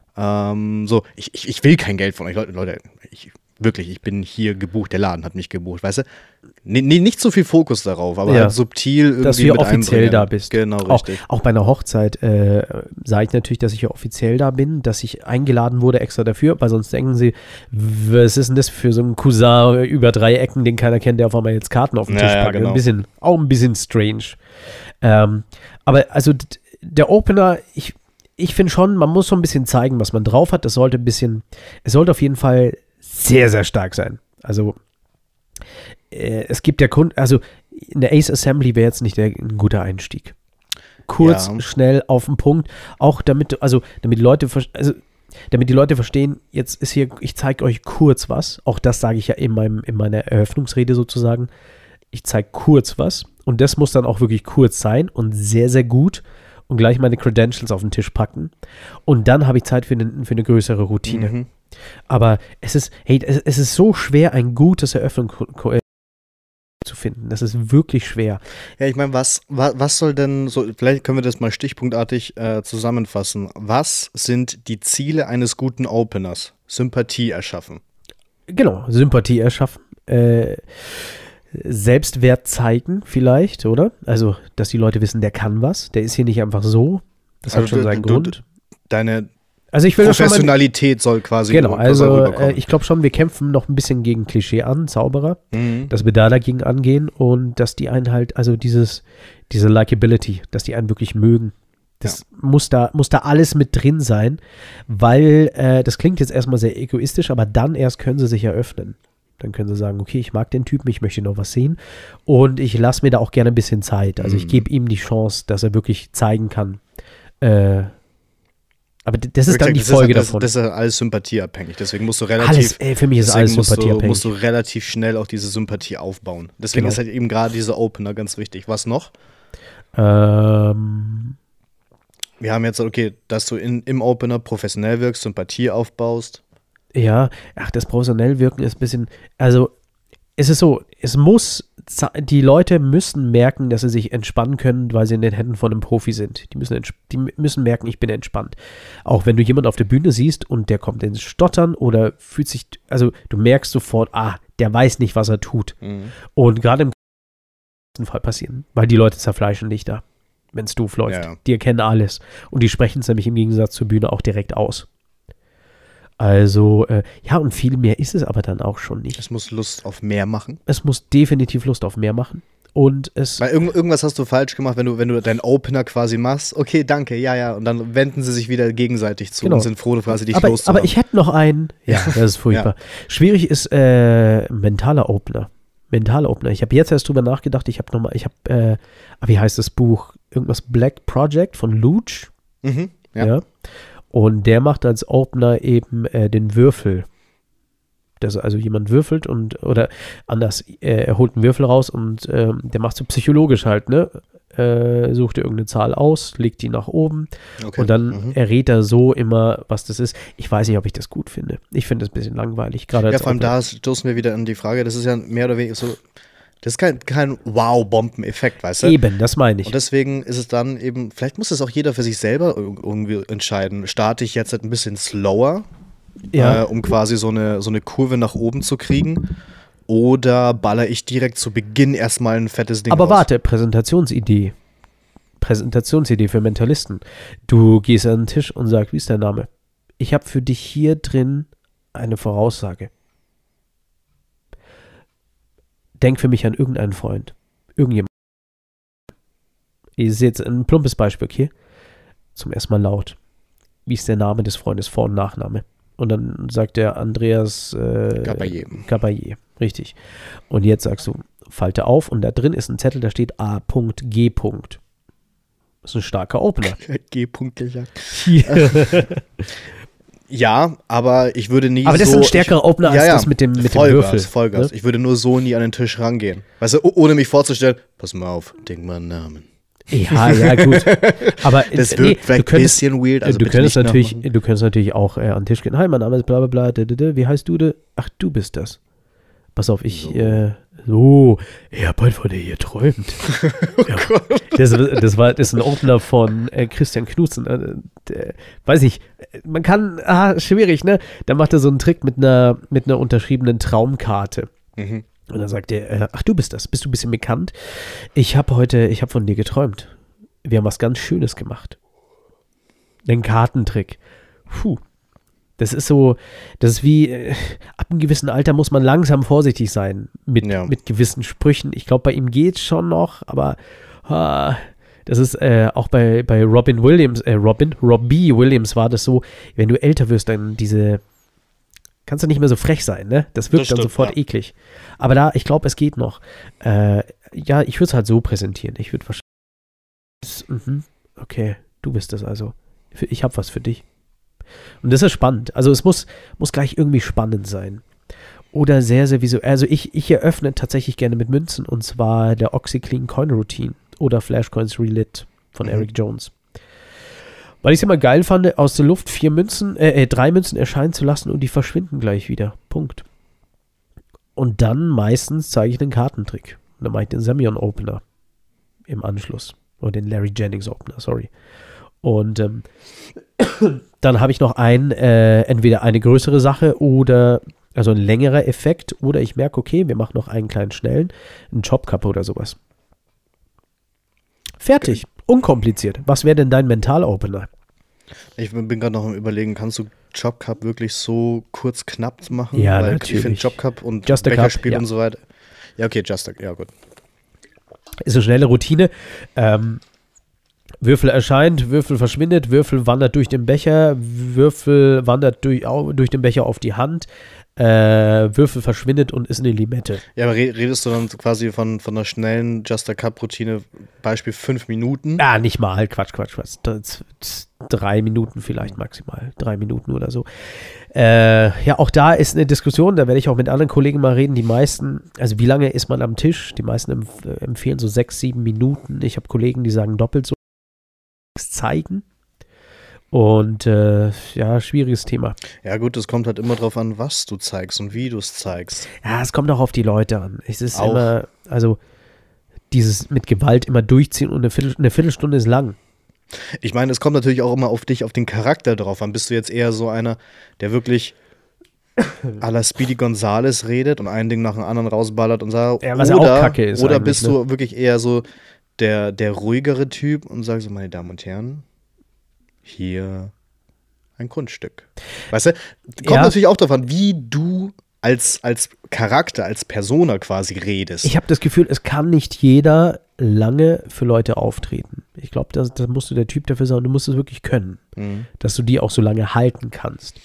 Ich will kein Geld von euch, Leute, ich bin hier gebucht, der Laden hat mich gebucht, weißt du? Nicht so viel Fokus darauf, aber halt subtil irgendwie dass du mit offiziell einbringen. Da bist. Genau, richtig. Auch bei einer Hochzeit sage ich natürlich, dass ich hier offiziell da bin, dass ich eingeladen wurde extra dafür, weil sonst denken sie, was ist denn das für so ein Cousin über 3 Ecken, den keiner kennt, der auf einmal jetzt Karten auf den Tisch packt. Genau. Ein bisschen strange. Aber also der Opener, ich finde schon, man muss so ein bisschen zeigen, was man drauf hat. Es sollte auf jeden Fall sehr, sehr stark sein. Also es gibt ja Kunden, also eine Ace Assembly wäre jetzt nicht ein guter Einstieg. Kurz, schnell, auf den Punkt, auch damit die Leute verstehen, jetzt ist hier, ich zeige euch kurz was, auch das sage ich ja in meiner Eröffnungsrede sozusagen, ich zeige kurz was und das muss dann auch wirklich kurz sein und sehr, sehr gut und gleich meine Credentials auf den Tisch packen und dann habe ich Zeit für eine größere Routine. Mhm. Aber es ist so schwer, ein gutes Eröffnung zu finden. Das ist wirklich schwer. Ja, ich meine, was soll denn so, vielleicht können wir das mal stichpunktartig zusammenfassen. Was sind die Ziele eines guten Openers? Sympathie erschaffen. Genau, Sympathie erschaffen. Selbstwert zeigen vielleicht, oder? Also, dass die Leute wissen, der kann was. Der ist hier nicht einfach so. Das hat schon seinen Grund. Also ich will Professionalität soll quasi rüberkommen. Ich glaube schon, wir kämpfen noch ein bisschen gegen Klischee an, Zauberer, dass wir da dagegen angehen und dass die einen halt, also diese Likability, dass die einen wirklich mögen. Das muss da alles mit drin sein, weil das klingt jetzt erstmal sehr egoistisch, aber dann erst können sie sich eröffnen. Dann können sie sagen, okay, ich mag den Typen, ich möchte noch was sehen und ich lasse mir da auch gerne ein bisschen Zeit. Also ich gebe ihm die Chance, dass er wirklich zeigen kann, aber das ist dann die Folge davon. Das ist alles sympathieabhängig. Deswegen musst du für mich ist alles sympathieabhängig. Musst du relativ schnell auch diese Sympathie aufbauen. Deswegen ist halt eben gerade dieser Opener ganz wichtig. Was noch? wir haben jetzt, okay, dass du im Opener professionell wirkst, Sympathie aufbaust. Ja, ach, das professionell wirken ist ein bisschen, also es ist so, die Leute müssen merken, dass sie sich entspannen können, weil sie in den Händen von einem Profi sind. Die müssen merken, ich bin entspannt. Auch wenn du jemanden auf der Bühne siehst und der kommt ins Stottern oder fühlt sich, also du merkst sofort, der weiß nicht, was er tut. Mhm. Und gerade im Fall passieren, weil die Leute zerfleischen dich da, wenn es doof läuft. Ja. Die erkennen alles. Und die sprechen es nämlich im Gegensatz zur Bühne auch direkt aus. Also, und viel mehr ist es aber dann auch schon nicht. Es muss Lust auf mehr machen. Es muss definitiv Lust auf mehr machen. Und Weil irgendwas hast du falsch gemacht, wenn du deinen Opener quasi machst. Okay, danke, ja. Und dann wenden sie sich wieder gegenseitig zu und sind froh, quasi dich loszuwerden. Aber ich hätte noch einen. Ja, das ist furchtbar. Ja. Schwierig ist mentaler Opener. Ich habe jetzt erst drüber nachgedacht. Wie heißt das Buch? Irgendwas Black Project von Luch. Mhm, ja. Und der macht als Opener eben den Würfel. Dass also jemand würfelt oder anders, er holt einen Würfel raus und der macht so psychologisch halt, ne? Sucht dir irgendeine Zahl aus, legt die nach oben und dann errät er so immer, was das ist. Ich weiß nicht, ob ich das gut finde. Ich finde das ein bisschen langweilig. Gerade vor allem da stoßen wir wieder an die Frage, das ist ja mehr oder weniger so, das ist kein Wow-Bomben-Effekt, weißt du? Eben, das meine ich. Und deswegen ist es dann eben, vielleicht muss es auch jeder für sich selber irgendwie entscheiden. Starte ich jetzt ein bisschen slower, um quasi so eine Kurve nach oben zu kriegen? Oder baller ich direkt zu Beginn erstmal ein fettes Ding Aber raus? warte, Präsentationsidee für Mentalisten. Du gehst an den Tisch und sagst, wie ist dein Name? Ich habe für dich hier drin eine Voraussage. Denk für mich an irgendeinen Freund. Irgendjemand. Ich sehe jetzt ein plumpes Beispiel, okay? Zum ersten Mal laut. Wie ist der Name des Freundes, Vor- und Nachname? Und dann sagt der Andreas Gabayé. Richtig. Und jetzt sagst du, falte auf und da drin ist ein Zettel, da steht A.G. Das ist ein starker Opener. G. gesagt. Ja, aber ich würde nie Aber das ist ein stärkerer Opener als das mit dem Würfel. Vollgas. Ne? Ich würde nur so nie an den Tisch rangehen. Weißt du, ohne mich vorzustellen, pass mal auf, denk mal einen Namen. Ja, gut. Aber das wird vielleicht ein bisschen weird. Also du könntest natürlich auch an den Tisch gehen. Hi, mein Name ist bla bla bla. Wie heißt du? Ach, du bist das. Pass auf, ich habe heute von dir geträumt. Das ist ein Opener von Christian Knudsen. Weiß ich, man kann, schwierig, ne? Da macht er so einen Trick mit einer unterschriebenen Traumkarte. Mhm. Und dann sagt er, ach, du bist das, bist du ein bisschen bekannt? Ich habe von dir geträumt. Wir haben was ganz Schönes gemacht. Einen Kartentrick. Das ist wie, ab einem gewissen Alter muss man langsam vorsichtig sein mit gewissen Sprüchen. Ich glaube, bei ihm geht's schon noch, aber das ist auch bei Robbie Williams war das so, wenn du älter wirst, dann kannst du nicht mehr so frech sein, ne? Das wirkt dann sofort eklig. Aber ich glaube, es geht noch. Ich würde es halt so präsentieren. Ich würde wahrscheinlich, okay, du bist das also. Ich habe was für dich. Und das ist spannend. Also es muss gleich irgendwie spannend sein. Oder sehr, sehr visuell. Also ich eröffne tatsächlich gerne mit Münzen und zwar der OxyClean Coin Routine oder Flashcoins Relit von Eric Jones. Weil ich es immer geil fand, aus der Luft 3 Münzen erscheinen zu lassen und die verschwinden gleich wieder. Punkt. Und dann meistens zeige ich einen Kartentrick. Und dann mache ich den Semyon Opener im Anschluss. Oder den Larry Jennings Opener, sorry. Und dann habe ich noch entweder eine größere Sache oder also ein längerer Effekt oder ich merke, okay, wir machen noch einen kleinen schnellen, einen Chop Cup oder sowas. Fertig. Okay. Unkompliziert. Was wäre denn dein Mental-Opener? Ich bin gerade noch am Überlegen, kannst du Chop Cup wirklich so kurz knapp machen? Ja, weil natürlich. Ich finde Chop Cup und Becherspiel und so weiter. Ja, okay, ja gut. Ist eine schnelle Routine. Würfel erscheint, Würfel verschwindet, Würfel wandert durch den Becher, Würfel wandert durch den Becher auf die Hand, Würfel verschwindet und ist eine Limette. Ja, aber redest du dann quasi von einer schnellen Just a Cup-Routine, Beispiel 5 Minuten? Ja, nicht mal, Quatsch. 3 Minuten vielleicht maximal, 3 Minuten oder so. Auch da ist eine Diskussion, da werde ich auch mit anderen Kollegen mal reden. Die meisten, also wie lange ist man am Tisch? Die meisten empfehlen so 6, 7 Minuten. Ich habe Kollegen, die sagen doppelt so. Zeigen, Und ja, schwieriges Thema. Ja gut, es kommt halt immer drauf an, was du zeigst und wie du es zeigst. Ja, es kommt auch auf die Leute an. Es ist Auch. immer, also dieses mit Gewalt immer durchziehen und eine Viertelstunde ist lang. Ich meine, es kommt natürlich auch immer auf dich, auf den Charakter drauf an. Bist du jetzt eher so einer, der wirklich à la Speedy Gonzales redet und ein Ding nach dem anderen rausballert und sagt, Ja, was ja auch Kacke ist oder eigentlich, bist ne? du wirklich eher so der ruhigere Typ und sagst so, meine Damen und Herren, hier ein Kunststück. Weißt du, kommt Ja. natürlich auch darauf an, wie du als Charakter, als Persona quasi redest. Ich habe das Gefühl, es kann nicht jeder lange für Leute auftreten. Ich glaube, da musst du der Typ dafür sein, du musst es wirklich können, dass du die auch so lange halten kannst.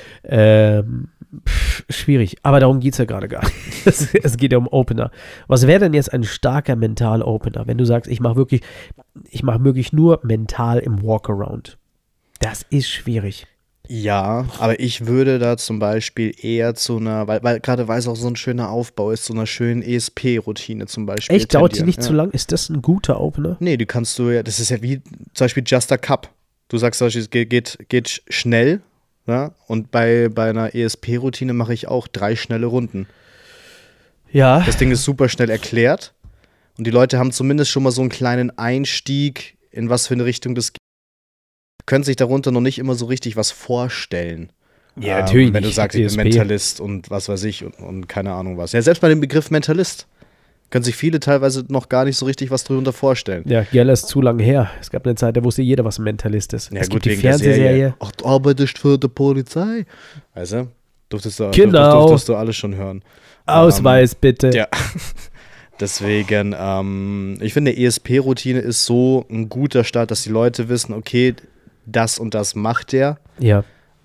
Schwierig, aber darum geht es ja gerade gar nicht. Es geht ja um Opener. Was wäre denn jetzt ein starker Mental-Opener, wenn du sagst, ich mache wirklich nur mental im Walkaround? Das ist schwierig. Ja, aber ich würde da zum Beispiel eher zu einer, weil gerade weil es auch so ein schöner Aufbau ist, zu einer schönen ESP-Routine zum Beispiel. Echt, dauert die tendieren, nicht zu lang? Ist das ein guter Opener? Nee, die kannst du ja, das ist ja wie zum Beispiel Just a Cup. Du sagst zum Beispiel, es geht schnell, ja, und bei einer ESP-Routine mache ich auch 3 schnelle Runden. Ja. Das Ding ist super schnell erklärt und die Leute haben zumindest schon mal so einen kleinen Einstieg, in was für eine Richtung das geht. Können sich darunter noch nicht immer so richtig was vorstellen. Ja, natürlich Wenn du nicht. sagst, ich bin ESP. Mentalist und was weiß ich und keine Ahnung was. Ja, selbst bei dem Begriff Mentalist können sich viele teilweise noch gar nicht so richtig was darunter vorstellen. Ja, Geller ist zu lang her. Es gab eine Zeit, da wusste jeder, was ein Mentalist ist. Ja, es gut, gibt die wegen der Fernsehserie. Serie. Ach, du arbeitest für die Polizei. Weißt du? Durftest du alles schon hören. Ausweis bitte. Ja. Deswegen, ich finde, ESP-Routine ist so ein guter Start, dass die Leute wissen, okay, das und das macht der. Ja.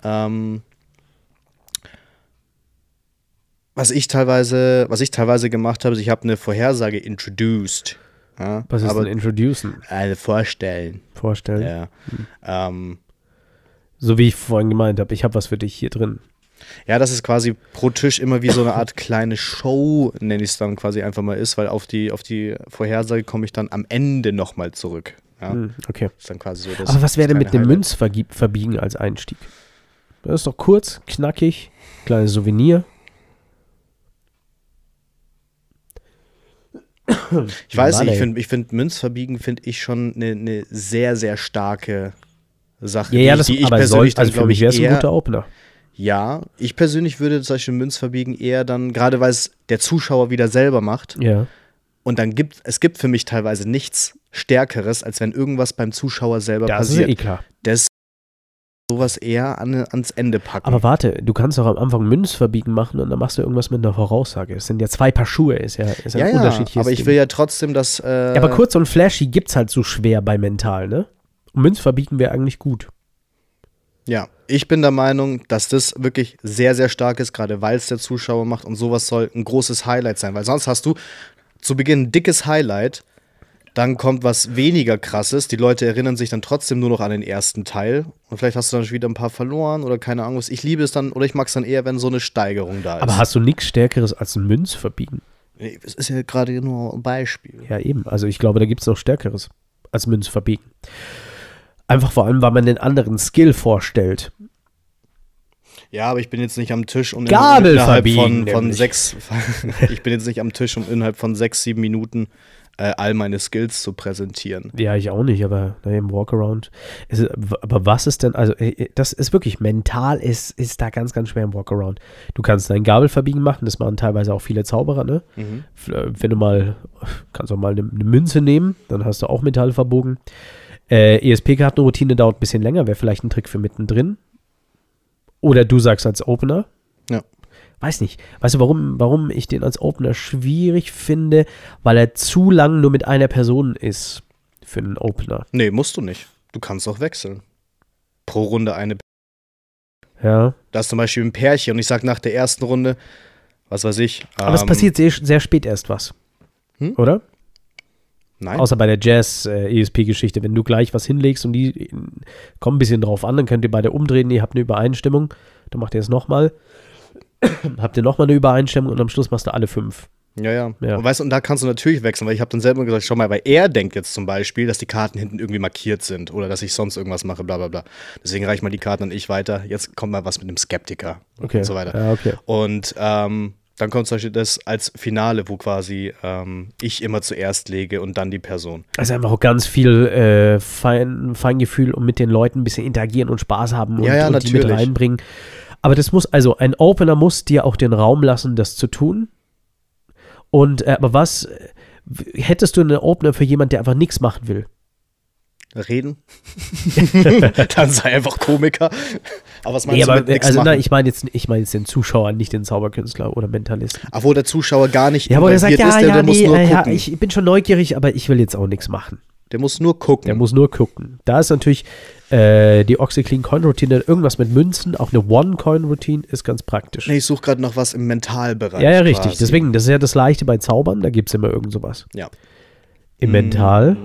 Was ich teilweise gemacht habe, ich habe eine Vorhersage introduced. Ja, Was ist aber denn introducen? Vorstellen. Vorstellen. Ja. So wie ich vorhin gemeint habe, ich habe was für dich hier drin. Ja, das ist quasi pro Tisch immer wie so eine Art kleine Show, nenne ich es dann quasi einfach mal ist, weil auf die Vorhersage komme ich dann am Ende nochmal zurück. Ja? Okay. Ist dann quasi so das Aber was wäre denn mit kleine dem Highlight. Münzverbiegen als Einstieg? Das ist doch kurz, knackig, kleines Souvenir. Ich weiß nicht, Mann, ich finde Münzverbiegen finde ich schon eine sehr, sehr starke Sache. Ja, das die ich aber persönlich also für glaub mich wäre es ein eher- guter Opener. Ja, ich persönlich würde zum Beispiel Münzverbiegen eher dann, gerade weil es der Zuschauer wieder selber macht, Ja. und dann gibt für mich teilweise nichts Stärkeres, als wenn irgendwas beim Zuschauer selber Das ist passiert. eh klar. Das sowas eher ans Ende packen. Aber warte, du kannst doch am Anfang Münzverbiegen machen und dann machst du irgendwas mit einer Voraussage. Es sind ja 2 Paar Schuhe, ist ein ja, unterschiedliches aber ich Ding. will ja trotzdem, dass Ja, aber kurz und flashy gibt's halt so schwer bei Mental, ne? Und Münzverbiegen wäre eigentlich gut. ja, ich bin der Meinung, dass das wirklich sehr, sehr stark ist, gerade weil es der Zuschauer macht und sowas soll ein großes Highlight sein, weil sonst hast du zu Beginn ein dickes Highlight, dann kommt was weniger krasses, die Leute erinnern sich dann trotzdem nur noch an den ersten Teil und vielleicht hast du dann schon wieder ein paar verloren oder keine Ahnung was. Ich liebe es dann oder ich mag es dann eher, wenn so eine Steigerung da ist. Aber hast du nichts Stärkeres als ein Münzverbiegen? Nee, das ist ja gerade nur ein Beispiel. Ja, eben. Also ich glaube, da gibt's noch Stärkeres als Münzverbiegen. Einfach vor allem, weil man den anderen Skill vorstellt. Ja, aber ich bin jetzt nicht am Tisch und Gabel innerhalb verbiegen, von nämlich. 6 ich bin jetzt nicht am Tisch, um innerhalb von 6, 7 Minuten all meine Skills zu präsentieren. Ja, ich auch nicht, aber im Walkaround. Aber was ist denn, also das ist wirklich mental, ist da ganz, ganz schwer im Walkaround. Du kannst deinen Gabel verbiegen machen, das machen teilweise auch viele Zauberer, ne? Wenn du mal, kannst auch mal eine Münze nehmen, dann hast du auch Metall verbogen. ESP-Kartenroutine dauert ein bisschen länger, wäre vielleicht ein Trick für mittendrin. Oder du sagst als Opener. Ja. Weiß nicht. Weißt du, warum ich den als Opener schwierig finde? Weil er zu lang nur mit einer Person ist für einen Opener. Nee, musst du nicht. Du kannst auch wechseln. Pro Runde eine. Ja. Da ist zum Beispiel ein Pärchen und ich sag nach der ersten Runde, was weiß ich. Aber es passiert sehr, sehr spät erst was. Oder? Nein. Außer bei der Jazz-ESP-Geschichte. Wenn du gleich was hinlegst und die kommen ein bisschen drauf an, dann könnt ihr beide umdrehen, ihr habt eine Übereinstimmung, dann macht ihr es nochmal. Habt ihr nochmal eine Übereinstimmung und am Schluss machst du alle 5. Ja. Ja. Und weißt du, und da kannst du natürlich wechseln, weil ich habe dann selber gesagt, schau mal, weil er denkt jetzt zum Beispiel, dass die Karten hinten irgendwie markiert sind oder dass ich sonst irgendwas mache, bla bla bla. Deswegen reiche ich mal die Karten an ich weiter. Jetzt kommt mal was mit einem Skeptiker Okay. und so weiter. Ja, okay. Und dann kommt zum Beispiel das als Finale, wo quasi ich immer zuerst lege und dann die Person. Also einfach auch ganz viel Feingefühl und mit den Leuten ein bisschen interagieren und Spaß haben und, Ja, und die mit natürlich. reinbringen. Aber das muss, also ein Opener muss dir auch den Raum lassen, das zu tun. Und aber was hättest du einen Opener für jemanden, der einfach nichts machen will? Reden. Dann sei einfach Komiker. Aber was meinst Nee, du aber mit nichts also machen? nein, ich meine jetzt den Zuschauer, nicht den Zauberkünstler oder Mentalist. Ach, wo der Zuschauer gar nicht Ja, wo der sagt, involviert ist, der muss nur gucken. ich bin schon neugierig, aber ich will jetzt auch nichts machen. Der muss nur gucken. Der muss nur gucken. Da ist natürlich die OxyClean Coin Routine, irgendwas mit Münzen, auch eine One-Coin Routine ist ganz praktisch. Nee, ich suche gerade noch was im Mentalbereich. Ja, richtig. quasi. Deswegen, das ist ja das Leichte bei Zaubern, da gibt es immer irgend sowas. Ja. Im Mental.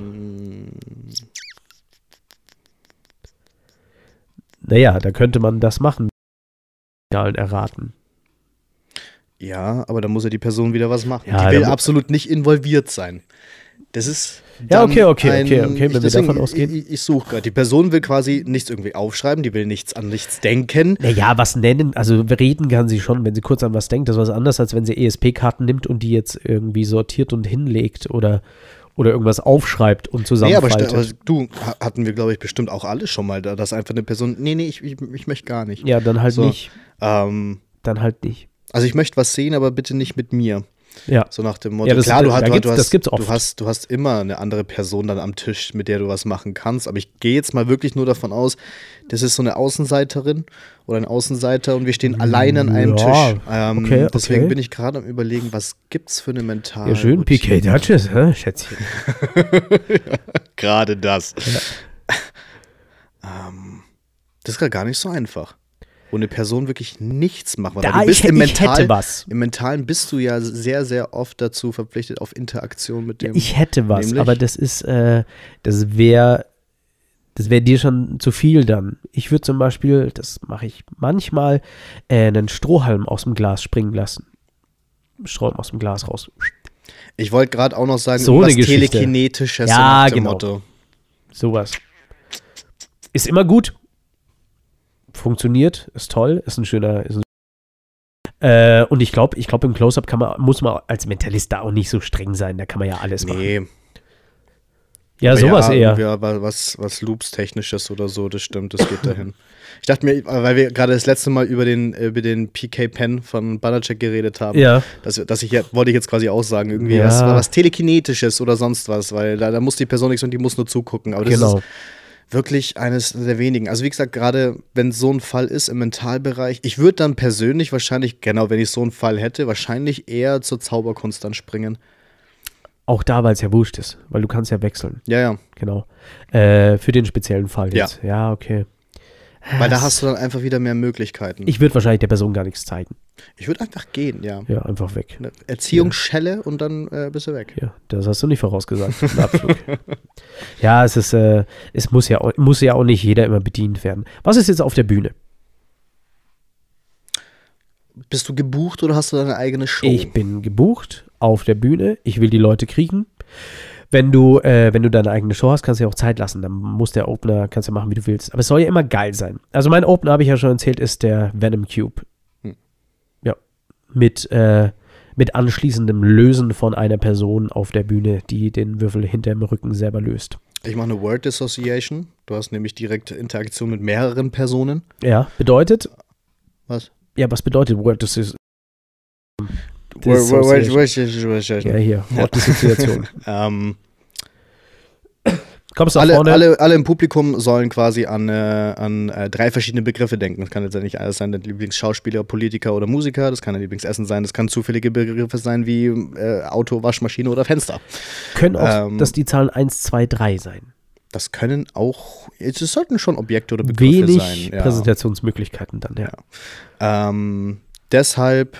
Naja, da könnte man das machen. Erraten. Ja, aber da muss ja die Person wieder was machen. Ja, die will da mu- absolut nicht involviert sein. Das ist. Ja, dann okay, wenn wir deswegen, davon ausgehen. Ich suche gerade. Die Person will quasi nichts irgendwie aufschreiben, die will an nichts denken. Naja, was nennen, also reden kann sie schon, wenn sie kurz an was denkt. Das ist was anderes, als wenn sie ESP-Karten nimmt und die jetzt irgendwie sortiert und hinlegt oder irgendwas aufschreibt und Nee, aber zusammenfaltet. hatten wir, glaube ich, bestimmt auch alle schon mal, dass einfach eine Person, nee, ich möchte gar nicht. Ja, dann halt So. nicht. Dann Halt nicht. Also ich möchte was sehen, aber bitte nicht mit mir. Ja. So nach dem Motto. Ja, das- Klar, das gibt's oft. du hast immer eine andere Person dann am Tisch, mit der du was machen kannst. Aber ich gehe jetzt mal wirklich nur davon aus, das ist so eine Außenseiterin oder ein Außenseiter und wir stehen alleine an einem Ja, Tisch. okay. Deswegen bin ich gerade am Überlegen, was gibt's für eine mentale Ja, schön, PK Routine? Duchess, Schätzchen. Gerade das. Das ist gerade gar nicht so einfach. Wo eine Person wirklich nichts macht. Weil Da, du bist ich hätte was. Im Mentalen bist du ja sehr, sehr oft dazu verpflichtet auf Interaktion mit dem. Ich hätte was, nämlich? aber das wäre dir schon zu viel dann. Ich würde zum Beispiel, das mache ich manchmal, einen Strohhalm aus dem Glas springen lassen. Strohhalm aus dem Glas raus. Ich wollte gerade auch noch sagen, So irgendwas eine Geschichte. Telekinetisches, Ja, so nach dem genau. Motto. Sowas. Ist immer gut. Funktioniert, ist toll, ist ein schöner. Und ich glaube, im Close-Up muss man als Mentalist da auch nicht so streng sein. Da kann man ja alles machen. Nee. Ja, Aber sowas eher. Ja, was Loops-Technisches oder so, das stimmt, das geht dahin. Ich dachte mir, weil wir gerade das letzte Mal über den PK-Pen von Banachek geredet haben, Ja. wollte ich jetzt quasi auch sagen, irgendwie Ja. was Telekinetisches oder sonst was, weil da muss die Person nichts und die muss nur zugucken. Aber das Genau. ist wirklich eines der wenigen. Also wie gesagt, gerade wenn so ein Fall ist im Mentalbereich, ich würde dann persönlich wahrscheinlich, genau, wenn ich so einen Fall hätte, wahrscheinlich eher zur Zauberkunst dann springen. Auch da, weil es ja wurscht ist, weil du kannst ja wechseln. Ja. Genau. Für den speziellen Fall Ja. jetzt. Ja, okay. Weil da hast du dann einfach wieder mehr Möglichkeiten. Ich würde wahrscheinlich der Person gar nichts zeigen. Ich würde einfach gehen, ja. Ja, einfach weg. Eine Erziehungsschelle und dann bist du weg. Ja, das hast du nicht vorausgesagt. Ein Abflug. Ja, es muss ja auch nicht jeder immer bedient werden. Was ist jetzt auf der Bühne? Bist du gebucht oder hast du deine eigene Show? Ich bin gebucht auf der Bühne. Ich will die Leute kriegen. Wenn du deine eigene Show hast, kannst du ja auch Zeit lassen. Dann muss der Opener, kannst du machen, wie du willst. Aber es soll ja immer geil sein. Also mein Opener, habe ich ja schon erzählt, ist der Venom Cube. Ja. Mit anschließendem Lösen von einer Person auf der Bühne, die den Würfel hinter dem Rücken selber löst. Ich mache eine Word Association. Du hast nämlich direkte Interaktion mit mehreren Personen. Ja, bedeutet? Was? Ja, was bedeutet Word Association? Ja, hier, Wortdissoziation. Kommst du nach vorne? Alle im Publikum sollen quasi an 3 verschiedene Begriffe denken. Das kann jetzt ja nicht alles sein, dein Lieblingsschauspieler, Politiker oder Musiker. Das kann dein Lieblingsessen sein. Das kann zufällige Begriffe sein wie Auto, Waschmaschine oder Fenster. Können auch, dass die Zahlen 1, 2, 3 sein. Das können auch, es sollten schon Objekte oder Begriffe Wenig sein. Ja. Präsentationsmöglichkeiten dann, ja. Deshalb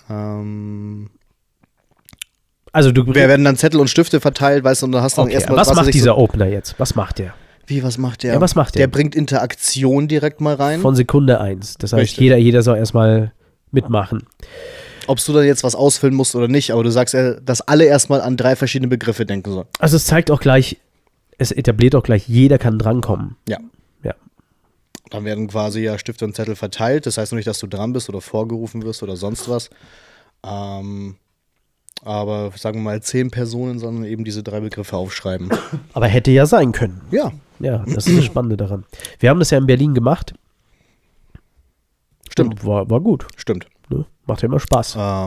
Also du werden dann Zettel und Stifte verteilt, weißt du, und dann hast du dann okay, erstmal was macht weiß ich dieser Opener jetzt? Was macht der? Wie, was macht der? Ja, was macht der? Der bringt Interaktion direkt mal rein. Von Sekunde 1. Das heißt, Richtig. jeder soll erstmal mitmachen. ob du da jetzt was ausfüllen musst oder nicht, aber du sagst, dass alle erstmal an 3 verschiedene Begriffe denken sollen. Also es zeigt auch gleich, es etabliert auch gleich, jeder kann drankommen. Ja. Ja. Dann werden quasi ja Stifte und Zettel verteilt. Das heißt noch nicht, dass du dran bist oder vorgerufen wirst oder sonst was. Aber sagen wir mal 10 Personen, sondern eben diese 3 Begriffe aufschreiben. Aber hätte ja sein können. Ja. Ja, das ist das Spannende daran. Wir haben das ja in Berlin gemacht. Stimmt. War gut. Stimmt. Ne? Macht ja immer Spaß. Ja,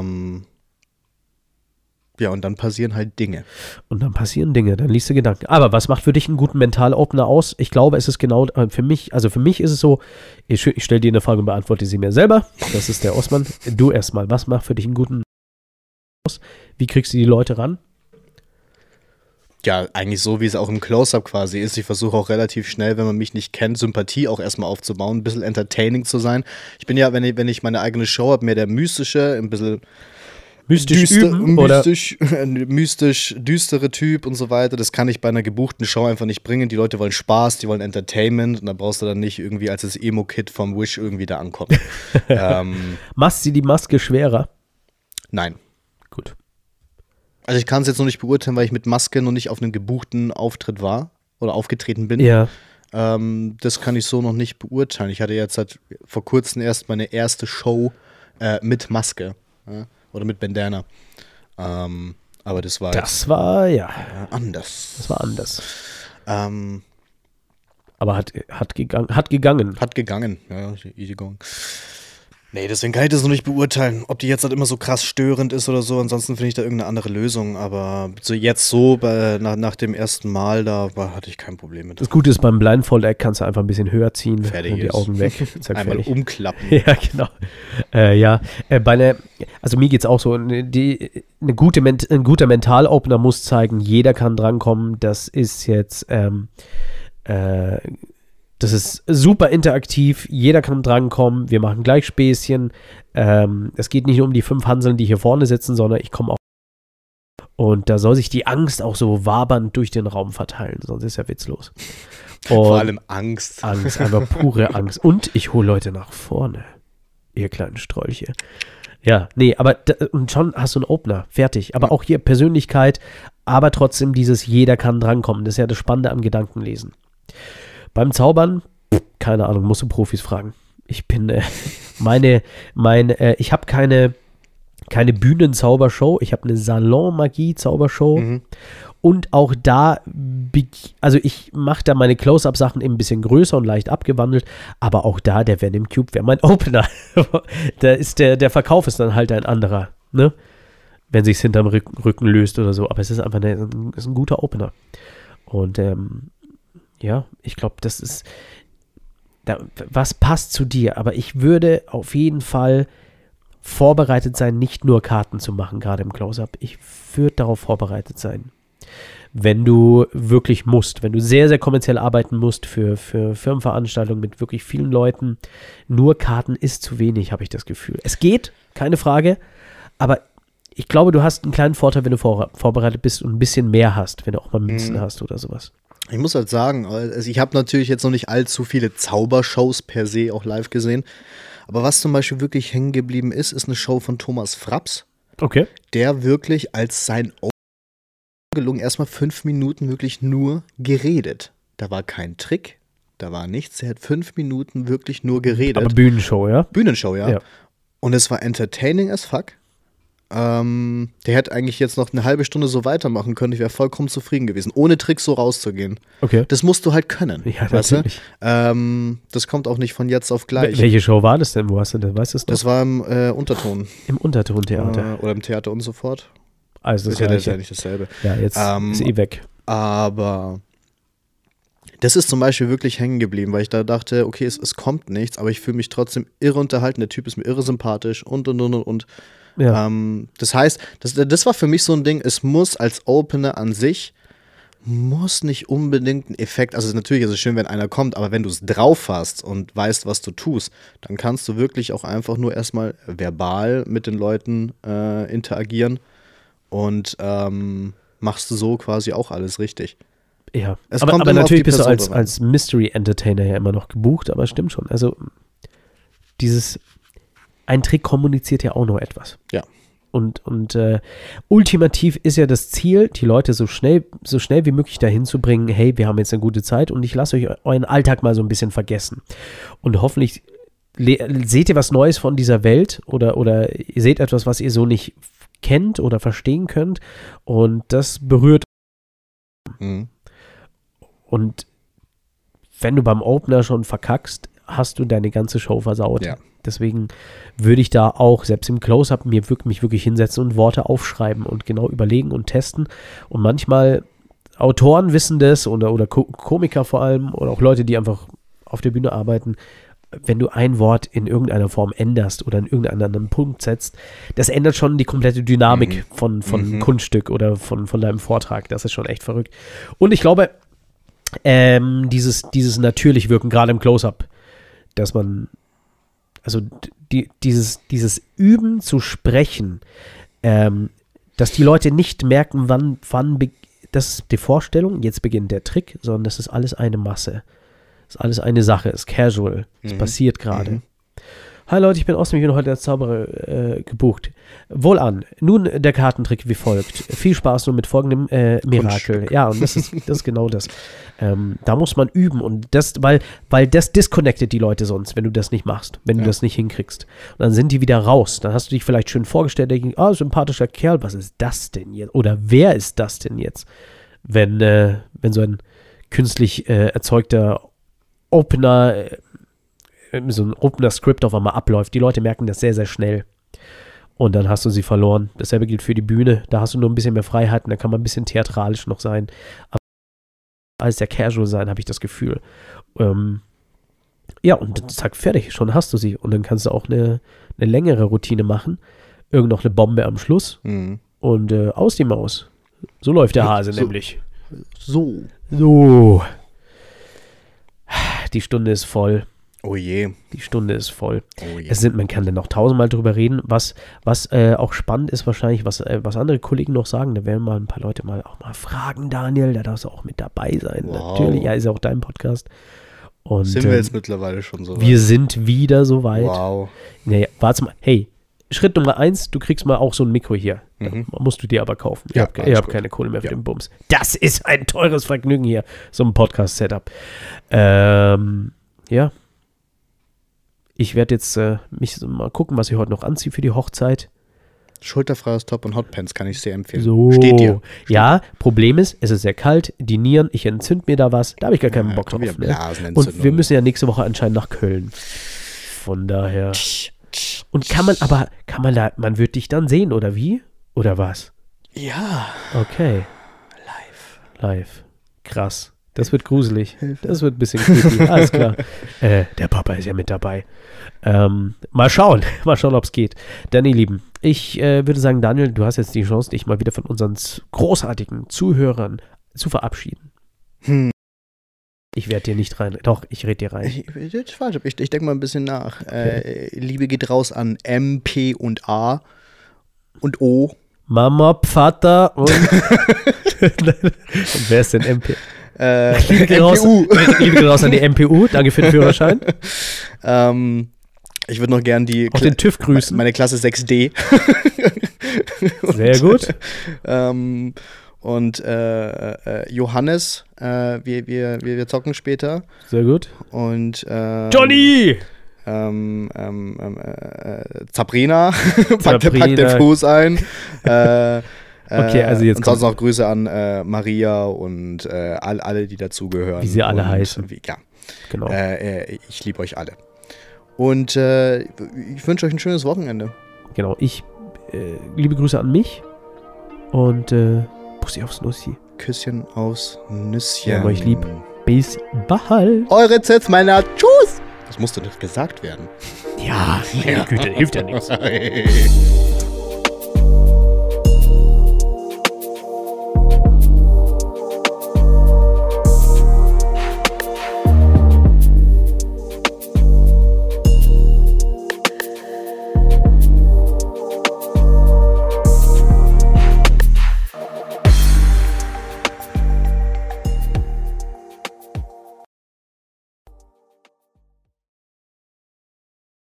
und dann passieren halt Dinge. Und dann passieren Dinge, dann liest du Gedanken. Aber was macht für dich einen guten Mental-Opener aus? Ich glaube, es ist genau, für mich ist es so, ich stelle dir eine Frage und beantworte sie mir selber. Das ist der Osman. Du erstmal, was macht für dich einen guten aus? Wie kriegst du die Leute ran? Ja, eigentlich so, wie es auch im Close-Up quasi ist. Ich versuche auch relativ schnell, wenn man mich nicht kennt, Sympathie auch erstmal aufzubauen, ein bisschen entertaining zu sein. Ich bin ja, wenn ich meine eigene Show habe, mehr der mystische, ein bisschen mystisch düstere Typ und so weiter. Das kann ich bei einer gebuchten Show einfach nicht bringen. Die Leute wollen Spaß, die wollen Entertainment und da brauchst du dann nicht irgendwie als das Emo-Kid vom Wish irgendwie da ankommen. Machst du die Maske schwerer? Nein. Gut. Also ich kann es jetzt noch nicht beurteilen, weil ich mit Maske noch nicht auf einem gebuchten Auftritt war oder aufgetreten bin. Ja. Das kann ich so noch nicht beurteilen. Ich hatte jetzt vor kurzem erst meine erste Show mit Maske. Ja? Oder mit Bandana. Aber das war anders. Das war anders. Aber hat gegangen. Ja, easy going. Nee, deswegen kann ich das noch nicht beurteilen, ob die jetzt halt immer so krass störend ist oder so. Ansonsten finde ich da irgendeine andere Lösung. Aber nach dem ersten Mal, hatte ich kein Problem mit. Das Gute ist, beim Blindfold-Act kannst du einfach ein bisschen höher ziehen. Fertig die Augen weg. Einmal fertig. Umklappen. Ja, genau. Also mir geht es auch so, ein guter Mental-Opener muss zeigen, jeder kann drankommen. Das ist jetzt das ist super interaktiv, jeder kann drankommen, wir machen gleich Späßchen. Es geht nicht nur um die 5 Hanseln, die hier vorne sitzen, sondern ich komme auch. Und da soll sich die Angst auch so wabernd durch den Raum verteilen, sonst ist ja witzlos. Und vor allem Angst. Angst, einfach pure Angst. Und ich hole Leute nach vorne, ihr kleinen Strolche. Ja, nee, aber und schon hast du einen Opener, fertig. Aber auch hier Persönlichkeit, aber trotzdem dieses jeder kann drankommen. Das ist ja das Spannende am Gedankenlesen. Beim Zaubern, keine Ahnung, musst du Profis fragen. Ich bin, ich habe keine Bühnenzaubershow, ich habe eine Salon-Magie-Zaubershow. Mhm. Und auch da, also ich mache da meine Close-Up-Sachen eben ein bisschen größer und leicht abgewandelt, aber auch da, der Venom Cube wäre mein Opener. Der Verkauf ist dann halt ein anderer, ne? Wenn sich's hinterm Rücken löst oder so, aber es ist einfach ist ein guter Opener. Und ja, ich glaube, das ist, was passt zu dir, aber ich würde auf jeden Fall vorbereitet sein, nicht nur Karten zu machen, gerade im Close-Up. Ich würde darauf vorbereitet sein. Wenn du wirklich musst, wenn du sehr, sehr kommerziell arbeiten musst für Firmenveranstaltungen mit wirklich vielen Leuten, nur Karten ist zu wenig, habe ich das Gefühl. Es geht, keine Frage, aber ich glaube, du hast einen kleinen Vorteil, wenn du vorbereitet bist und ein bisschen mehr hast, wenn du auch mal Münzen hast oder sowas. Ich muss halt sagen, also ich habe natürlich jetzt noch nicht allzu viele Zaubershows per se auch live gesehen, aber was zum Beispiel wirklich hängen geblieben ist eine Show von Thomas Fraps. Okay. Der wirklich als sein gelungen erstmal 5 Minuten wirklich nur geredet. Da war kein Trick, da war nichts, er hat 5 Minuten wirklich nur geredet. Aber Bühnenshow, ja? Bühnenshow, ja. Und es war entertaining as fuck. Der hätte eigentlich jetzt noch eine halbe Stunde so weitermachen können. Ich wäre vollkommen zufrieden gewesen, ohne Tricks so rauszugehen. Okay. Das musst du halt können. Ja, natürlich. Das kommt auch nicht von jetzt auf gleich. Welche Show war das denn? Wo hast du das? Weißt du es noch? Das war im Unterton. Im Untertontheater. Oder im Theater und so fort. Also das ist ja nicht dasselbe. Ja, jetzt ist weg. Aber das ist zum Beispiel wirklich hängen geblieben, weil ich da dachte, okay, es kommt nichts, aber ich fühle mich trotzdem irre unterhalten. Der Typ ist mir irre sympathisch und. Ja. Das heißt, das war für mich so ein Ding, es muss als Opener an sich, muss nicht unbedingt ein Effekt, also natürlich ist es schön, wenn einer kommt, aber wenn du es drauf hast und weißt, was du tust, dann kannst du wirklich auch einfach nur erstmal verbal mit den Leuten interagieren und machst du so quasi auch alles richtig. Ja, aber natürlich bist du als Mystery Entertainer ja immer noch gebucht, aber stimmt schon, also dieses ein Trick kommuniziert ja auch noch etwas. Ja. Und ultimativ ist ja das Ziel, die Leute so schnell wie möglich dahin zu bringen, hey, wir haben jetzt eine gute Zeit und ich lasse euch euren Alltag mal so ein bisschen vergessen. Und hoffentlich seht ihr was Neues von dieser Welt oder ihr seht etwas, was ihr so nicht kennt oder verstehen könnt und das berührt. Mhm. Und wenn du beim Opener schon verkackst, hast du deine ganze Show versaut. Ja. Deswegen würde ich da auch, selbst im Close-Up, mich wirklich hinsetzen und Worte aufschreiben und genau überlegen und testen. Und manchmal Autoren wissen das oder Komiker vor allem oder auch Leute, die einfach auf der Bühne arbeiten, wenn du ein Wort in irgendeiner Form änderst oder in irgendeinen anderen Punkt setzt, das ändert schon die komplette Dynamik von Kunststück oder von deinem Vortrag. Das ist schon echt verrückt. Und ich glaube, dieses natürlich wirken, gerade im Close-Up, dass man, also dieses Üben zu sprechen, dass die Leute nicht merken, wann das ist die Vorstellung, jetzt beginnt der Trick, sondern das ist alles eine Masse. Das ist alles eine Sache, ist casual, es passiert gerade. Hi Leute, ich bin Osten, ich bin heute als Zauberer gebucht. Wohlan, nun der Kartentrick wie folgt. Viel Spaß nur mit folgendem Mirakel. Ja, und das ist genau das. Da muss man üben und das, weil das disconnectet die Leute sonst, wenn du das nicht machst, wenn du das nicht hinkriegst. Und dann sind die wieder raus. Dann hast du dich vielleicht schön vorgestellt, denken, sympathischer Kerl, was ist das denn jetzt? Oder wer ist das denn jetzt? Wenn so ein künstlich erzeugter Opener so ein Opener-Skript auf einmal abläuft. Die Leute merken das sehr, sehr schnell. Und dann hast du sie verloren. Dasselbe gilt für die Bühne. Da hast du nur ein bisschen mehr Freiheiten. Da kann man ein bisschen theatralisch noch sein. Aber als der Casual sein, habe ich das Gefühl. Ja, und zack, fertig. Schon hast du sie. Und dann kannst du auch eine längere Routine machen. Irgend noch eine Bombe am Schluss. Und aus die Maus. So läuft der Hase nämlich. So. Die Stunde ist voll. Oh je. Die Stunde ist voll. Oh je. Man kann dann noch 1000-mal drüber reden, was auch spannend ist wahrscheinlich, was andere Kollegen noch sagen. Da werden mal ein paar Leute auch mal fragen, Daniel, da darfst du auch mit dabei sein. Wow. Natürlich, ja, ist ja auch dein Podcast. Und, sind wir jetzt mittlerweile schon so weit? Wir sind wieder so weit. Wow. Naja, warte mal. Hey, Schritt Nummer 1, du kriegst mal auch so ein Mikro hier. Musst du dir aber kaufen. Ja, ich habe keine Kohle mehr für den Bums. Das ist ein teures Vergnügen hier, so ein Podcast-Setup. Ja. Ich werde jetzt mich mal gucken, was ich heute noch anziehe für die Hochzeit. Schulterfreies Top und Hotpants kann ich sehr empfehlen. So. Steht dir. Ja, Problem ist, es ist sehr kalt, die Nieren, ich entzünd mir da was, da habe ich gar keinen Bock drauf. Ne? Und wir müssen ja nächste Woche anscheinend nach Köln. Von daher. Und kann man man wird dich dann sehen, oder wie? Oder was? Ja. Okay. Live. Krass. Das wird gruselig. Das wird ein bisschen creepy. Alles klar. Der Papa ist ja mit dabei. Mal schauen, ob es geht. Dann, ihr Lieben, ich würde sagen, Daniel, du hast jetzt die Chance, dich mal wieder von unseren großartigen Zuhörern zu verabschieden. Ich werde dir nicht rein. Doch, ich rede dir rein. Ich denke mal ein bisschen nach. Okay. Liebe geht raus an M, P und A und O. Mama, Vater und wer ist denn MP? Liebe geht raus an die MPU. Danke für den Führerschein. Ich würde noch gern auch den TÜV grüßen. Meine Klasse 6D. Sehr gut. Und Johannes, wir zocken später. Sehr gut. Und Johnny! Sabrina, packt den Fuß ein. Okay, also jetzt und sonst noch Grüße an Maria und alle, die dazugehören. Wie sie alle heißen. Ja, genau. Ich liebe euch alle. Und ich wünsche euch ein schönes Wochenende. Genau, liebe Grüße an mich und Bussi aufs Nussi. Küsschen aufs Nüsschen. Ja, euch lieb. Bis bald. Eure Zitzmänner. Tschüss. Das musste nicht gesagt werden. Ja, Güte, hilft ja nichts.